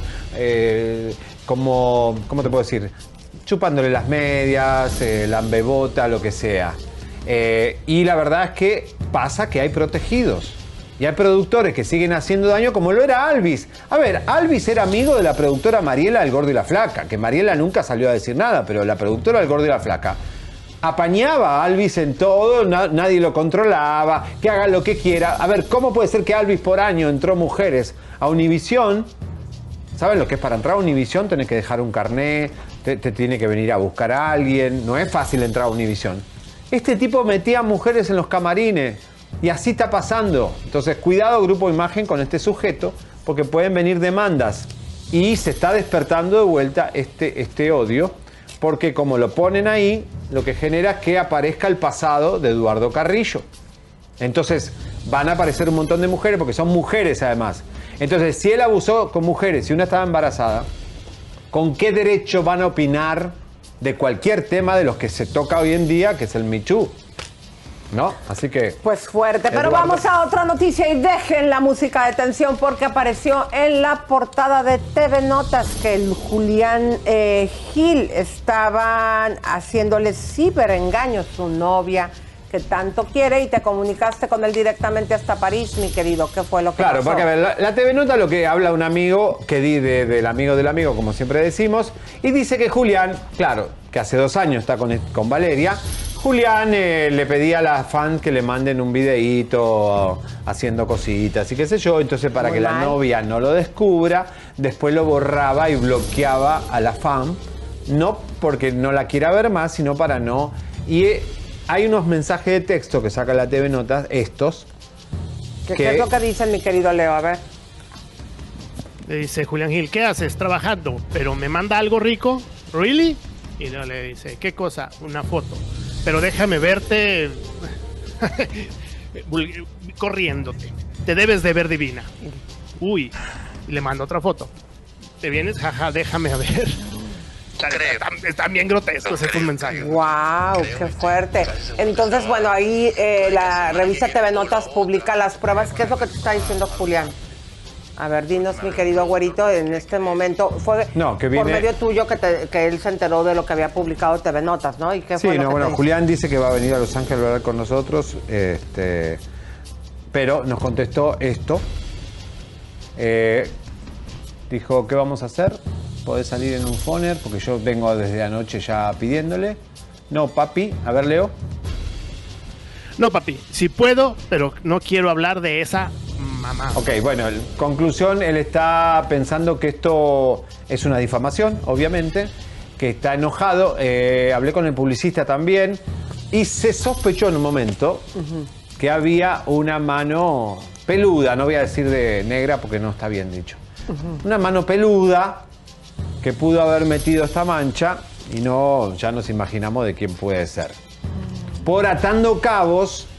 ¿cómo te puedo decir? Chupándole las medias, lambebota, lo que sea. Y la verdad es que pasa que hay protegidos. Y hay productores que siguen haciendo daño, como lo era Alvis. A ver, Alvis era amigo de la productora Mariela del Gordo y la Flaca, que Mariela nunca salió a decir nada, pero la productora del Gordo y la Flaca apañaba a Alvis en todo, nadie lo controlaba, que haga lo que quiera. A ver, ¿cómo puede ser que Alvis por año entró mujeres a Univisión? ¿Saben lo que es para entrar a Univisión? Tenés que dejar un carnet, te tiene que venir a buscar a alguien. No es fácil entrar a Univisión. Este tipo metía mujeres en los camarines. Y así está pasando. Entonces, cuidado, Grupo Imagen, con este sujeto, porque pueden venir demandas. Y se está despertando de vuelta este odio, porque como lo ponen ahí, lo que genera es que aparezca el pasado de Eduardo Carrillo. Entonces, van a aparecer un montón de mujeres, porque son mujeres además. Entonces, si él abusó con mujeres y una estaba embarazada, ¿con qué derecho van a opinar de cualquier tema de los que se toca hoy en día, que es el Me Too? ¿No? Así que... Pues fuerte, pero vamos a otra noticia y dejen la música de tensión porque apareció en la portada de TV Notas que el Julián Gil estaban haciéndole ciberengaño a su novia que tanto quiere y te comunicaste con él directamente hasta París, mi querido. ¿Qué fue lo que Claro, pasó? porque a ver, la TV Nota lo que habla un amigo que del amigo, como siempre decimos, y dice que Julián, claro, que hace 2 años está con Valeria. Julián le pedía a las fans que le manden un videíto haciendo cositas y qué sé yo. Entonces, para que la novia no lo descubra, después lo borraba y bloqueaba a la fan. No porque no la quiera ver más, sino para no... Y hay unos mensajes de texto que saca la TV Notas, estos. ¿Qué es lo que dicen, mi querido Leo? A ver. Le dice Julián Gil, ¿qué haces? Trabajando, pero me manda algo rico. ¿Really? Y no le dice, ¿qué cosa? Una foto. Pero déjame verte corriéndote. Te debes de ver divina. Uy, y le mando otra foto. ¿Te vienes? Jaja, déjame a ver. Están bien grotescos estos mensajes. ¡Wow! ¡Qué fuerte! Entonces, bueno, ahí la revista TV Notas publica las pruebas. ¿Qué es lo que te está diciendo Julián? A ver, dinos, mi querido güerito, en este momento fue por medio tuyo que él se enteró de lo que había publicado TV Notas, ¿no? ¿Y qué fue lo que te Julián dice que va a venir a Los Ángeles a hablar con nosotros, pero nos contestó esto. Dijo, ¿qué vamos a hacer? ¿Podés salir en un phoner? Porque yo vengo desde anoche ya pidiéndole. No, papi. A ver, Leo. No, papi, sí puedo, pero no quiero hablar de esa mamá. Ok, bueno, en conclusión, él está pensando que esto es una difamación, obviamente, que está enojado. Hablé con el publicista también y se sospechó en un momento que había una mano peluda, no voy a decir de negra porque no está bien dicho. Una mano peluda que pudo haber metido esta mancha y ya nos imaginamos de quién puede ser. Por atando cabos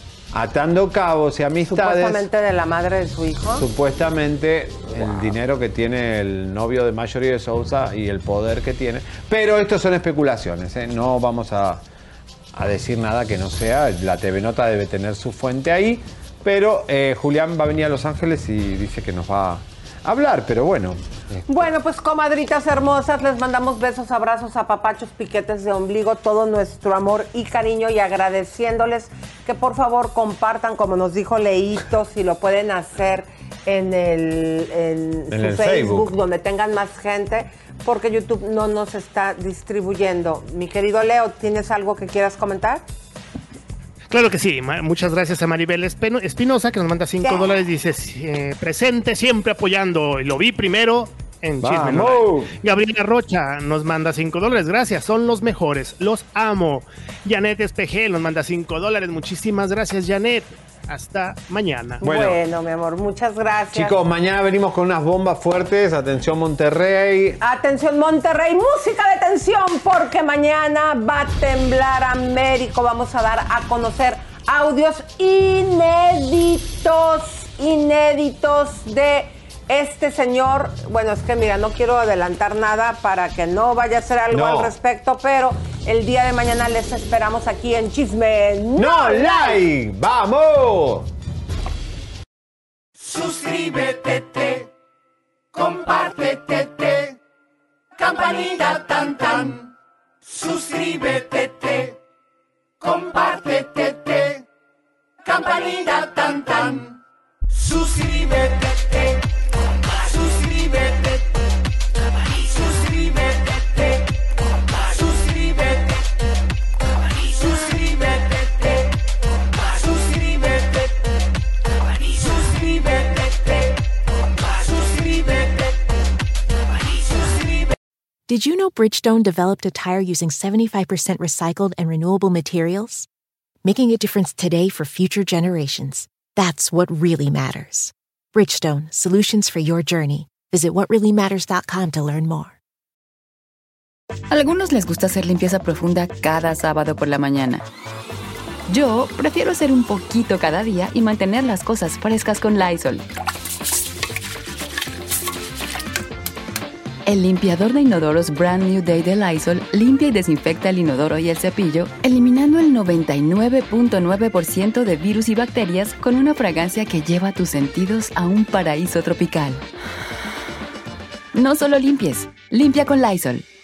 y amistades. Supuestamente de la madre de su hijo. Supuestamente el dinero que tiene el novio de Marjorie de Sousa y el poder que tiene. Pero esto son especulaciones, ¿eh? No vamos a decir nada que no sea. La TV Nota debe tener su fuente ahí. Pero Julián va a venir a Los Ángeles y dice que nos va a hablar. Pero bueno, Bueno, pues comadritas hermosas, les mandamos besos, abrazos, apapachos, piquetes de ombligo, todo nuestro amor y cariño y agradeciéndoles que por favor compartan, como nos dijo Leito, si lo pueden hacer en su Facebook, donde tengan más gente, porque YouTube no nos está distribuyendo. Mi querido Leo, ¿tienes algo que quieras comentar? Claro que sí, muchas gracias a Maribel Espinosa, que nos manda $5, dice, presente, siempre apoyando, y lo vi primero en Chisme No Like. Gabriela Rocha nos manda $5, gracias, son los mejores, los amo. Janet Espejel nos manda $5, muchísimas gracias, Janet. Hasta mañana. Bueno, mi amor, muchas gracias. Chicos, mañana venimos con unas bombas fuertes. Atención, Monterrey. Atención, Monterrey. Música de tensión, porque mañana va a temblar Américo. Vamos a dar a conocer audios inéditos de este señor. Bueno, es que mira, no quiero adelantar nada para que no vaya a ser algo al respecto, pero el día de mañana les esperamos aquí en Chisme No Like. ¡Vamos! Suscríbete, compártete, campanita tan tan. Suscríbete, compártete, campanita tan tan. Suscríbete. Did you know Bridgestone developed a tire using 75% recycled and renewable materials? Making a difference today for future generations. That's what really matters. Bridgestone, solutions for your journey. Visit whatreallymatters.com to learn more. A algunos les gusta hacer limpieza profunda cada sábado por la mañana. Yo prefiero hacer un poquito cada día y mantener las cosas frescas con Lysol. El limpiador de inodoros Brand New Day de Lysol limpia y desinfecta el inodoro y el cepillo, eliminando el 99.9% de virus y bacterias con una fragancia que lleva tus sentidos a un paraíso tropical. No solo limpies, limpia con Lysol.